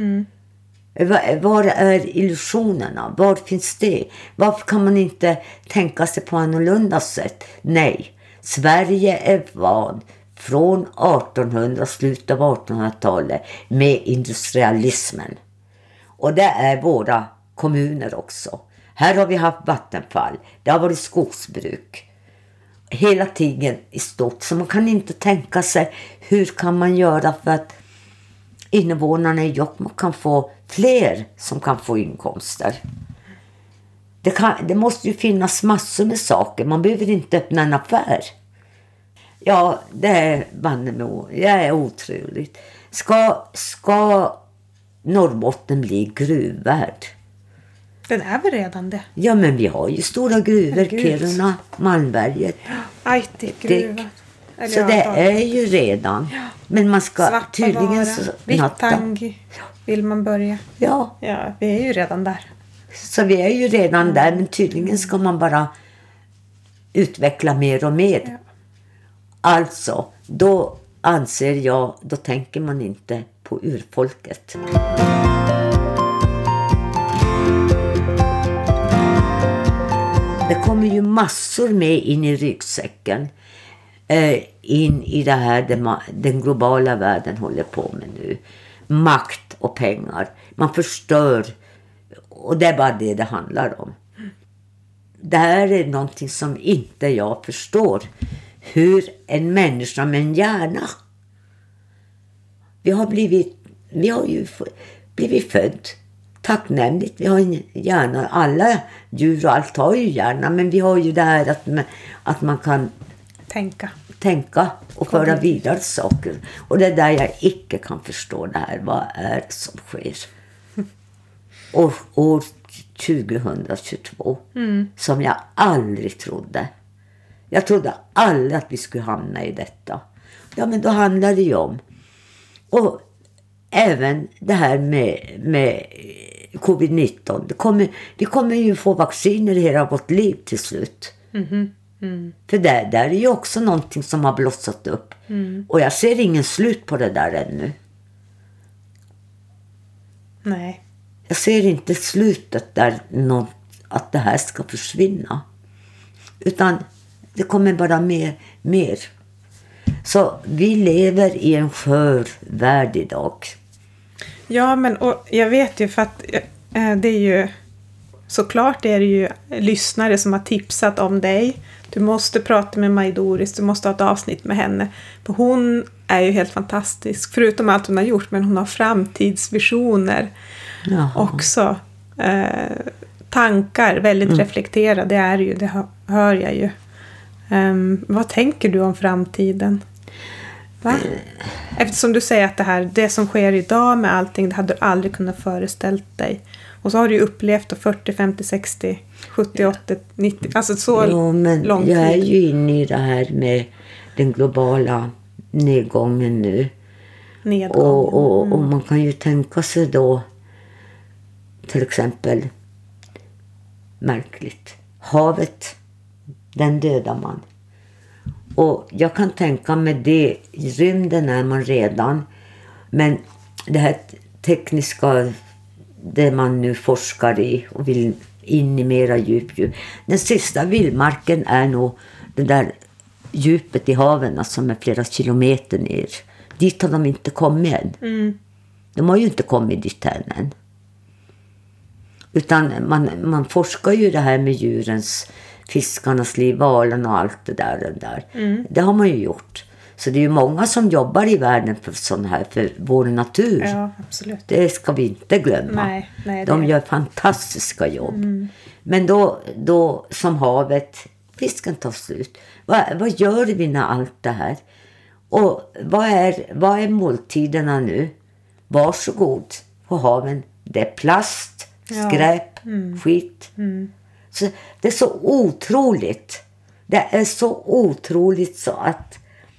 Var är illusionerna? Var finns det? Varför kan man inte tänka sig på annorlunda sätt? Nej, Sverige är van från 1800, slutet av 1800-talet med industrialismen. Och det är våra kommuner också. Här har vi haft vattenfall. Det har varit skogsbruk. Hela tiden i stort. Så man kan inte tänka sig hur kan man göra för att invånarna i Jokkmokk kan få fler som kan få inkomster. Det måste ju finnas massor med saker. Man behöver inte öppna en affär. Ja, det är jag är otroligt. Ska Norrbotten bli gruvvärd? Den är väl redan det? Ja, men vi har ju stora gruvor. Kiruna, Malmberget. Aitik-gruva. Så det är ju redan. Ja. Men man ska tydligen... Vittangi vill man börja. Ja, vi är ju redan där. Så vi är ju redan där, men tydligen ska man bara utveckla mer och mer. Ja. Alltså, då anser jag, då tänker man inte på urfolket. Det kommer ju massor med in i ryggsäcken. In i det här den globala världen håller på med nu. Makt och pengar. Man förstör. Och det är bara det handlar om. Det här är någonting som inte jag förstår. Hur en människa med en hjärna Vi har ju blivit född tacknämligt. Vi har en hjärna, alla djur och allt har ju hjärna, men vi har ju det här att man kan tänka och föra vidare saker. Och det är där jag icke kan förstå det här. Vad är det som sker? Och år 2022 som jag aldrig trodde. Jag trodde aldrig att vi skulle hamna i detta. Ja, men då handlar det ju om. Och även det här med covid-19. Vi kommer ju få vacciner i hela vårt liv till slut. För där är ju också någonting som har blossat upp. Och jag ser ingen slut på det där ännu. Nej. Jag ser inte slutet där att det här ska försvinna. Utan det kommer bara mer. Så vi lever i en skör värld idag. Ja, men och jag vet ju för att det är ju såklart är det ju lyssnare som har tipsat om dig. Du måste prata med Maj-Doris, du måste ha ett avsnitt med henne. För hon är ju helt fantastisk, förutom allt hon har gjort, men hon har framtidsvisioner. Jaha. Också. Tankar, väldigt reflekterade, det är ju, det hör jag ju. Vad tänker du om framtiden? Va? Eftersom du säger att det som sker idag med allting, det hade du aldrig kunnat föreställt dig. Och så har du ju upplevt 40, 50, 60, 70, 80, 90, alltså så lång tid. Jag är ju inne i det här med den globala nedgången nu. Och man kan ju tänka sig då till exempel märkligt. Havet, den dödar man. Och jag kan tänka mig det, i rymden är man redan. Men det här tekniska, det man nu forskar i och vill in i mera djup. Den sista vildmarken är nog det där djupet i haven som är flera kilometer ner. Dit har de inte kommit än. De har ju inte kommit dit än. Utan man forskar ju det här med djurens, fiskarnas liv, valen och allt det där. Det har man ju gjort. Så det är ju många som jobbar i världen för sån här, för vår natur. Ja, absolut. Det ska vi inte glömma. Nej, de gör fantastiska jobb. Men då som havet, fisken tar slut. Vad gör vi när allt det här? Och vad är måltiderna nu? Varsågod på haven. Det är plast, skräp, skit. Så det är så otroligt. Det är så otroligt så att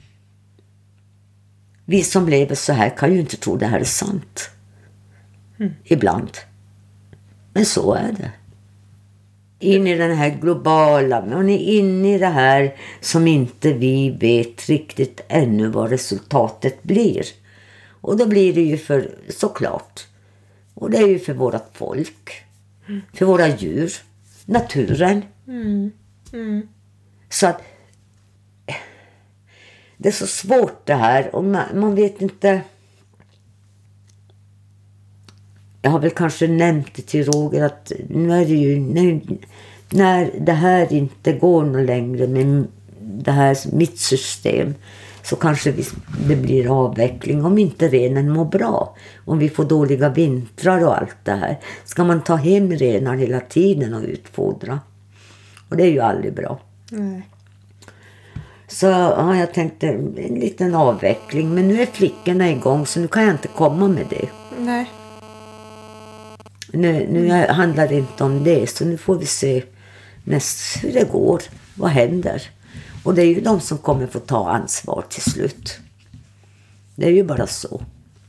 vi som lever så här kan ju inte tro det här är sant. Ibland. Men så är det. In i den här globala, man är inne i det här som inte vi vet riktigt ännu vad resultatet blir. Och då blir det ju för, såklart. Och det är ju för vårat folk. För våra djur. Naturen. Så att det är så svårt det här. Och man vet inte. Jag har väl kanske nämnt det till Roger att nu är det ju när det här inte går något längre med det här mitt system, så kanske det blir avveckling om inte renen mår bra. Om vi får dåliga vintrar och allt det här. Ska man ta hem renar hela tiden och utfodra? Och det är ju aldrig bra. Så ja, jag tänkte en liten avveckling. Men nu är flickorna igång så nu kan jag inte komma med det. Nej. Nu handlar det inte om det. Så nu får vi se hur det går. Vad händer? Och det är ju de som kommer få ta ansvar till slut. Det är ju bara så.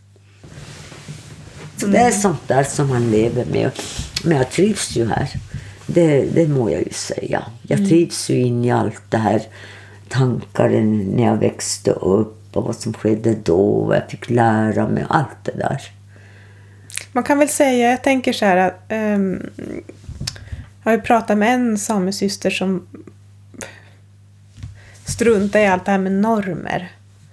Så det är sånt där som man lever med. Men jag trivs ju här. Det må jag ju säga. Jag trivs ju in i allt det här. Tankar när jag växte upp. Och vad som skedde då. Och jag fick lära mig allt det där. Man kan väl säga, jag tänker så här att jag har ju pratat med en samesyster som struntar i allt det här med normer.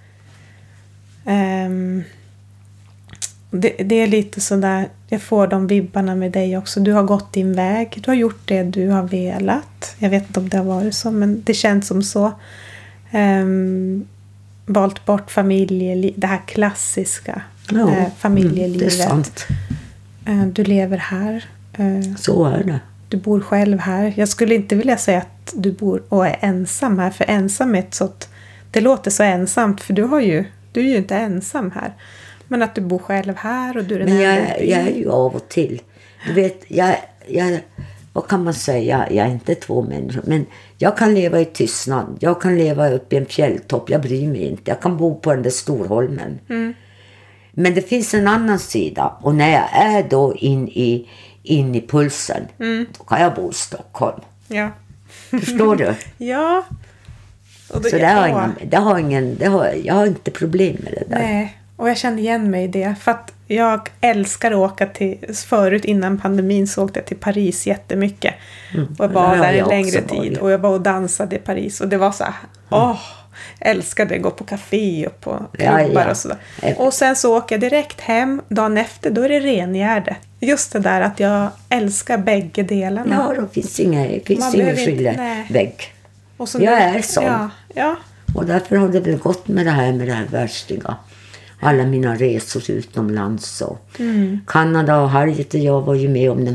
Det är lite sådär, jag får de vibbarna med dig också. Du har gått din väg, du har gjort det du har velat. Jag vet inte om det har varit så, men det känns som så. valt bort det här klassiska familjelivet. Det är sant. Du lever här. Så är det. Du bor själv här. Jag skulle inte vilja säga att du bor och är ensam här. För ensamhet, så att det låter så ensamt. För du är ju inte ensam här. Men att du bor själv här och du är den Men jag är ju av och till. Du vet, vad kan man säga? Jag är inte två människor. Men jag kan leva i tystnad. Jag kan leva uppe i en fjälltopp. Jag bryr mig inte. Jag kan bo på den där Storholmen. Men det finns en annan sida. Och när jag är då in i pulsen. Då kan jag bo i Stockholm. Ja. Förstår du? Ja. Och så jag har inte problem med det där. Nej. Och jag kände igen mig i det. För att jag älskar att åka förut innan pandemin så åkte jag till Paris jättemycket. Och jag var där en längre tid. Och jag var och dansade i Paris. Och det var så här, älskade att gå på café och på klubbar och sådär. Och sen så åker jag direkt hem. Dagen efter, då är det Rengärde. Just det där att jag älskar bägge delarna. Ja, det finns ingen skiljevägg. Jag är sån. Ja. Och därför har det väl gått med det här världsliga. Alla mina resor utomlands. Kanada och Harriet och jag var ju med om den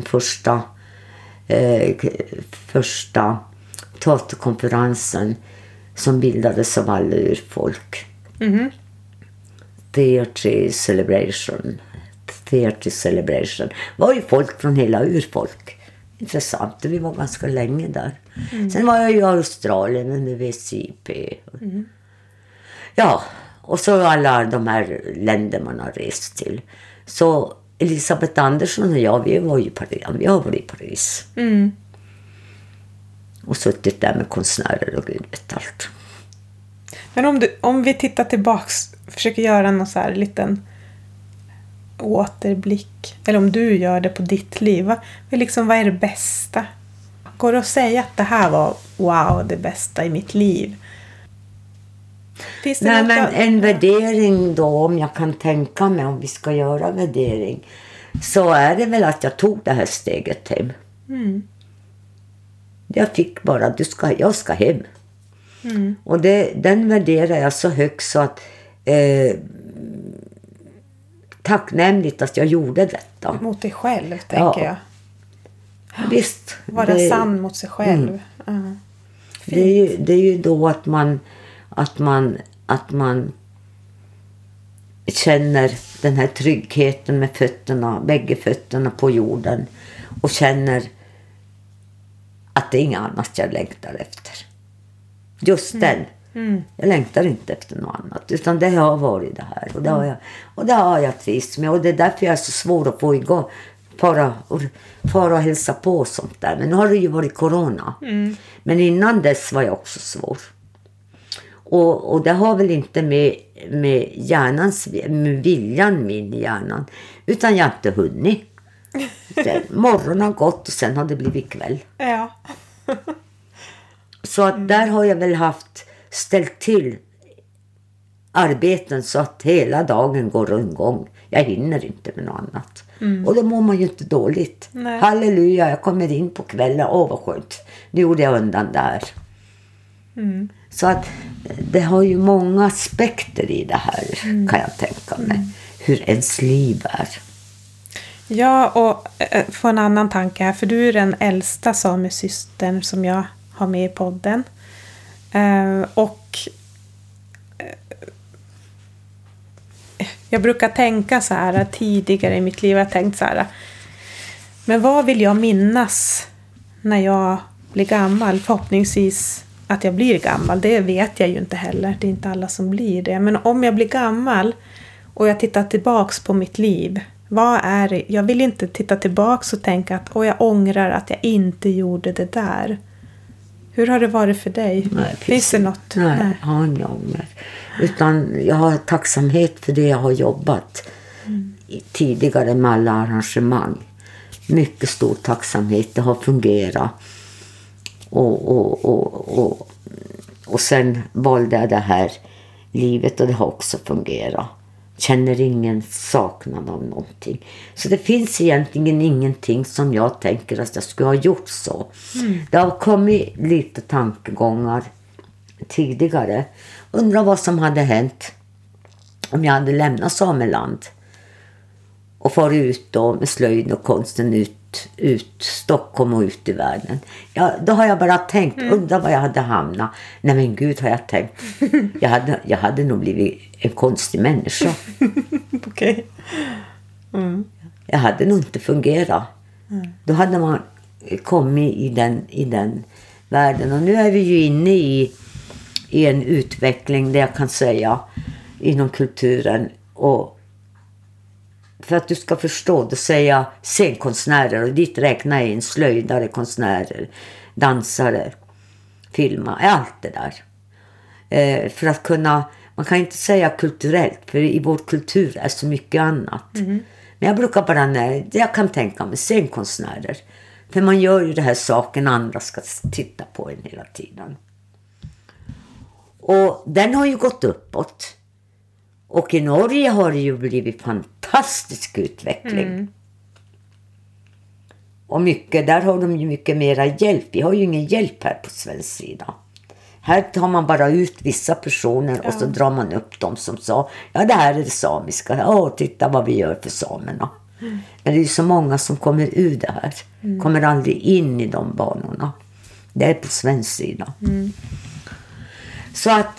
första teaterkonferensen som bildades av alla urfolk. Theatre Celebration. Var ju folk från hela urfolk. Intressant, vi var ganska länge där. Sen var jag i Australien under VCP. Ja, och så alla de här länder man har rest till. Så Elisabeth Andersson och jag, vi har varit i Paris. Och suttit där med konstnärer och gud vet allt. Men om vi tittar tillbaks, försöker göra någon så här liten återblick. Eller om du gör det på ditt liv. Vad är det bästa? Går det att säga att det här var det bästa i mitt liv? En värdering då, om jag kan tänka mig, om vi ska göra värdering, så är det väl att jag tog det här steget hem. Jag fick bara, jag ska hem. Och den värderar jag så högt så att tacknämligt att jag gjorde detta. Mot dig själv, tänker jag. Visst. Vara sann mot sig själv. Det är ju då att man känner den här tryggheten med bägge fötterna på jorden. Och känner att det är inget annat jag längtar efter. Just den. Jag längtar inte efter något annat. Utan det har varit det här. Och det har jag trivts med. Och det är därför jag är så svår att få igång. Fara och hälsa på och sånt där. Men nu har det ju varit corona. Men innan dess var jag också svår. Och det har väl inte med hjärnans, med viljan min i hjärnan. Utan jag har inte hunnit. Morgonen har gått och sen har det blivit kväll. Ja. Så att där har jag väl ställt till arbeten så att hela dagen går rundgång. Jag hinner inte med något annat. Och då mår man ju inte dåligt. Nej. Halleluja, jag kommer in på kvällen. Vad skönt. Nu gjorde jag undan där. Så att det har ju många aspekter i det här, kan jag tänka mig. Hur ens liv är. Ja, och få en annan tanke här. För du är den äldsta samesystern som jag har med i podden. Jag brukar tänka så här tidigare i mitt liv. Jag har tänkt så här. Men vad vill jag minnas när jag blir gammal? Förhoppningsvis att jag blir gammal. Det vet jag ju inte heller. Det är inte alla som blir det. Men om jag blir gammal och jag tittar tillbaks på mitt liv. Vad är det? Jag vill inte titta tillbaks och tänka att jag ångrar att jag inte gjorde det där. Hur har det varit för dig? Nej, finns det något? Nej, jag har ingen ånger. Utan jag har tacksamhet för det jag har jobbat tidigare med alla arrangemang. Mycket stor tacksamhet. Det har fungerat. Och sen valde jag det här livet och det har också fungerat. Känner ingen saknad av någonting. Så det finns egentligen ingenting som jag tänker att jag skulle ha gjort så. Det har kommit lite tankegångar tidigare. Undrar vad som hade hänt om jag hade lämnat Sameland och farit ut då med slöjd och konsten ut Stockholm och ut i världen. Ja, då har jag bara tänkt, undrar vad jag hade hamnat. Nej men gud, har jag tänkt. Jag hade nog blivit en konstig människa. Okej. Jag hade nog inte fungerat. Då hade man kommit i den världen. Och nu är vi ju inne i en utveckling där jag kan säga inom kulturen. Och för att du ska förstå, då säger jag scenkonstnärer, och dit räknar jag in slöjdare, konstnärer, dansare, filma, allt det där. För att kunna, man kan inte säga kulturellt, för i vår kultur är så mycket annat. Men jag brukar bara, jag kan tänka mig scenkonstnärer. För man gör ju det här saken andra ska titta på en hela tiden. Och den har ju gått uppåt. Och i Norge har det ju blivit fantastisk utveckling. Och där har de ju mycket mera hjälp. Vi har ju ingen hjälp här på svensk sida. Här tar man bara ut vissa personer och så drar man upp dem som sa, ja det här är det samiska. Titta vad vi gör för samerna. Men det är ju så många som kommer ur det här. Kommer aldrig in i de banorna. Det är på svensk sida. Så att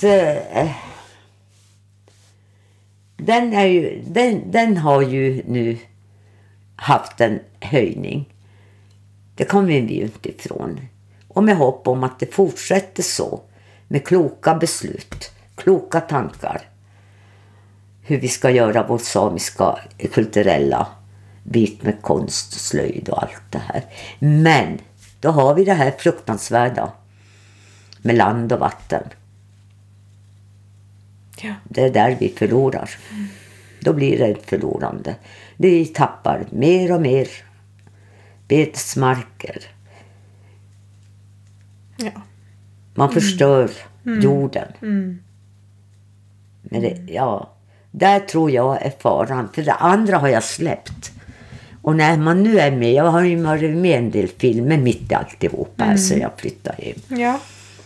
den har ju nu haft en höjning. Det kommer vi ju inte ifrån. Och med hopp om att det fortsätter så. Med kloka beslut. Kloka tankar. Hur vi ska göra vår samiska kulturella bit med konst, slöjd och allt det här. Men då har vi det här fruktansvärda. Med land och vatten. Ja. Det är där vi förlorar. Då blir det ett förlorande. Vi tappar mer och mer betesmarker. Ja. Man förstör jorden. Men där tror jag är faran. För det andra har jag släppt. Och när man nu är med, jag har ju varit med en del filmer mitt i alltihop här så jag flyttar hem. Ja.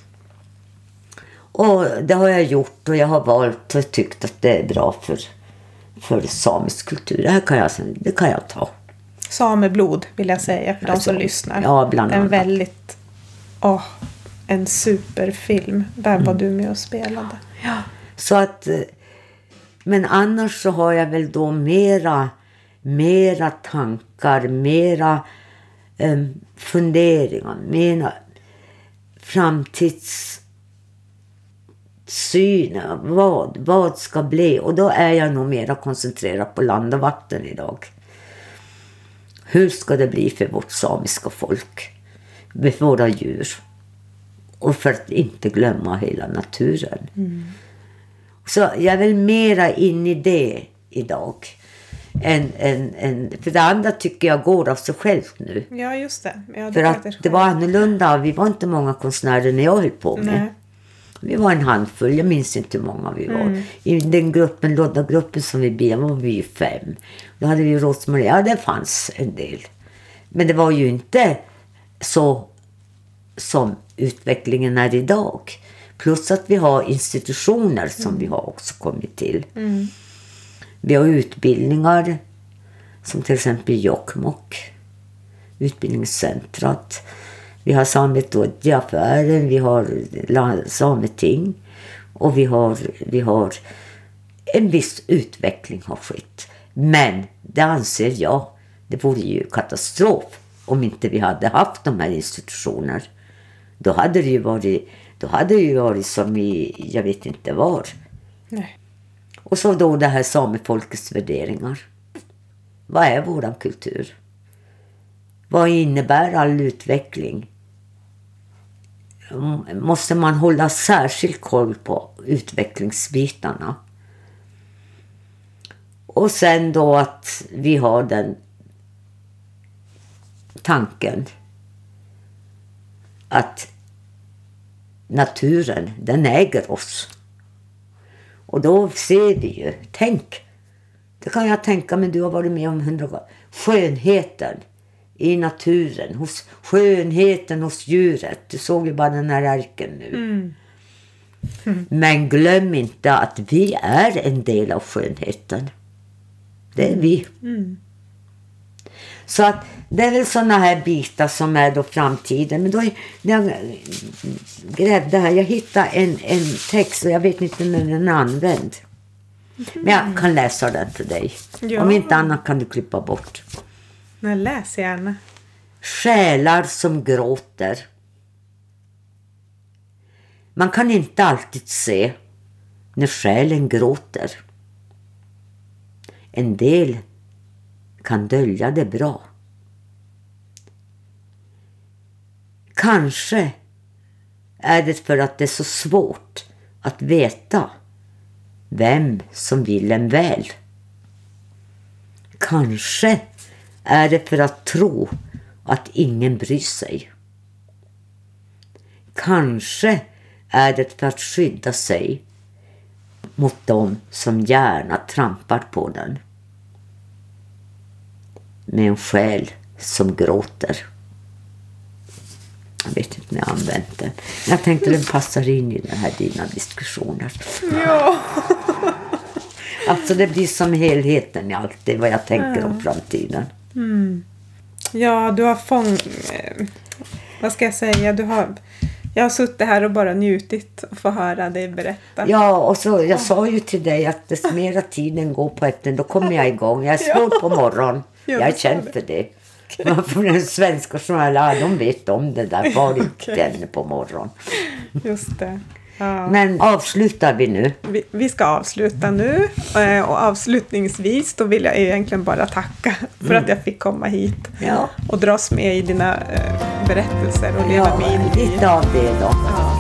Och det har jag gjort och jag har valt och tyckt att det är bra för samisk kultur. Det kan jag ta. Sameblod vill jag säga för de som lyssnar. Ja, bland annat. En väldigt, en superfilm. Där var du med och spelade. Ja. Så att, men annars så har jag väl då mera tankar, mera funderingar, mera framtidssyn. Vad ska bli? Och då är jag nog mera koncentrerad på land och vatten idag. Hur ska det bli för vårt samiska folk? Med våra djur. Och för att inte glömma hela naturen. Så jag är väl mera in i det idag. För det andra tycker jag går av sig självt nu. Ja, just det. Ja, för att det var annorlunda. Vi var inte många konstnärer när jag höll på med. Nej. Vi var en handfull, jag minns inte hur många vi var. I den gruppen, Lodda-gruppen som vi blev, var vi ju 5. Då hade vi Rosmarie, ja det fanns en del. Men det var ju inte så som utvecklingen är idag. Plus att vi har institutioner som vi har också kommit till. Vi har utbildningar som till exempel Jokkmokk, utbildningscentrat. Vi har Sametodja-affären, vi har Sameting och vi har en viss utveckling har skett. Men det anser jag, det vore ju katastrof om inte vi hade haft de här institutionerna. Då hade det ju varit som jag vet inte var. Nej. Och så då det här samefolkets värderingar. Vad är våran kultur? Vad innebär all utveckling? Måste man hålla särskild koll på utvecklingsbitarna? Och sen då att vi har den tanken att naturen, den äger oss. Och då ser vi ju, det kan jag tänka mig, du har varit med om 100 gånger. Skönheten i naturen, skönheten hos djuret. Du såg ju bara den här ärken nu. Men glöm inte att vi är en del av skönheten. Det är vi. Så att det är väl såna här bitar som är då framtiden. Men då när jag grävde här, jag hittade en text och jag vet inte när den är använd. Men jag kan läsa den för dig. Ja. Om inte annat kan du klippa bort. Men läs gärna. Själar som gråter. Man kan inte alltid se när själen gråter. En del kan dölja det bra. Kanske är det för att det är så svårt att veta vem som vill en väl. Kanske är det för att tro att ingen bryr sig. Kanske är det för att skydda sig mot dem som gärna trampar på den. Med en själ som gråter. Jag vet inte när jag använt den. Jag tänkte den passar in i den här dina diskussioner. Ja. Alltså det blir som helheten i allt det vad jag tänker om framtiden. Ja, du har vad ska jag säga? Jag har suttit här och bara njutit och få höra dig berätta. Ja, och så jag sa ju till dig att dess mera tiden går på efter, då kommer jag igång. Jag är svår på morgon. Jag är känd för det. Man får en svenska journal, de vet om det där. Var inte den på morgon. Just det. Ja. Men avslutar vi nu? Vi ska avsluta nu. Och avslutningsvis då vill jag egentligen bara tacka för att jag fick komma hit. Ja. Och dras med i dina berättelser och leva mig in i. Lite av det då. Ja.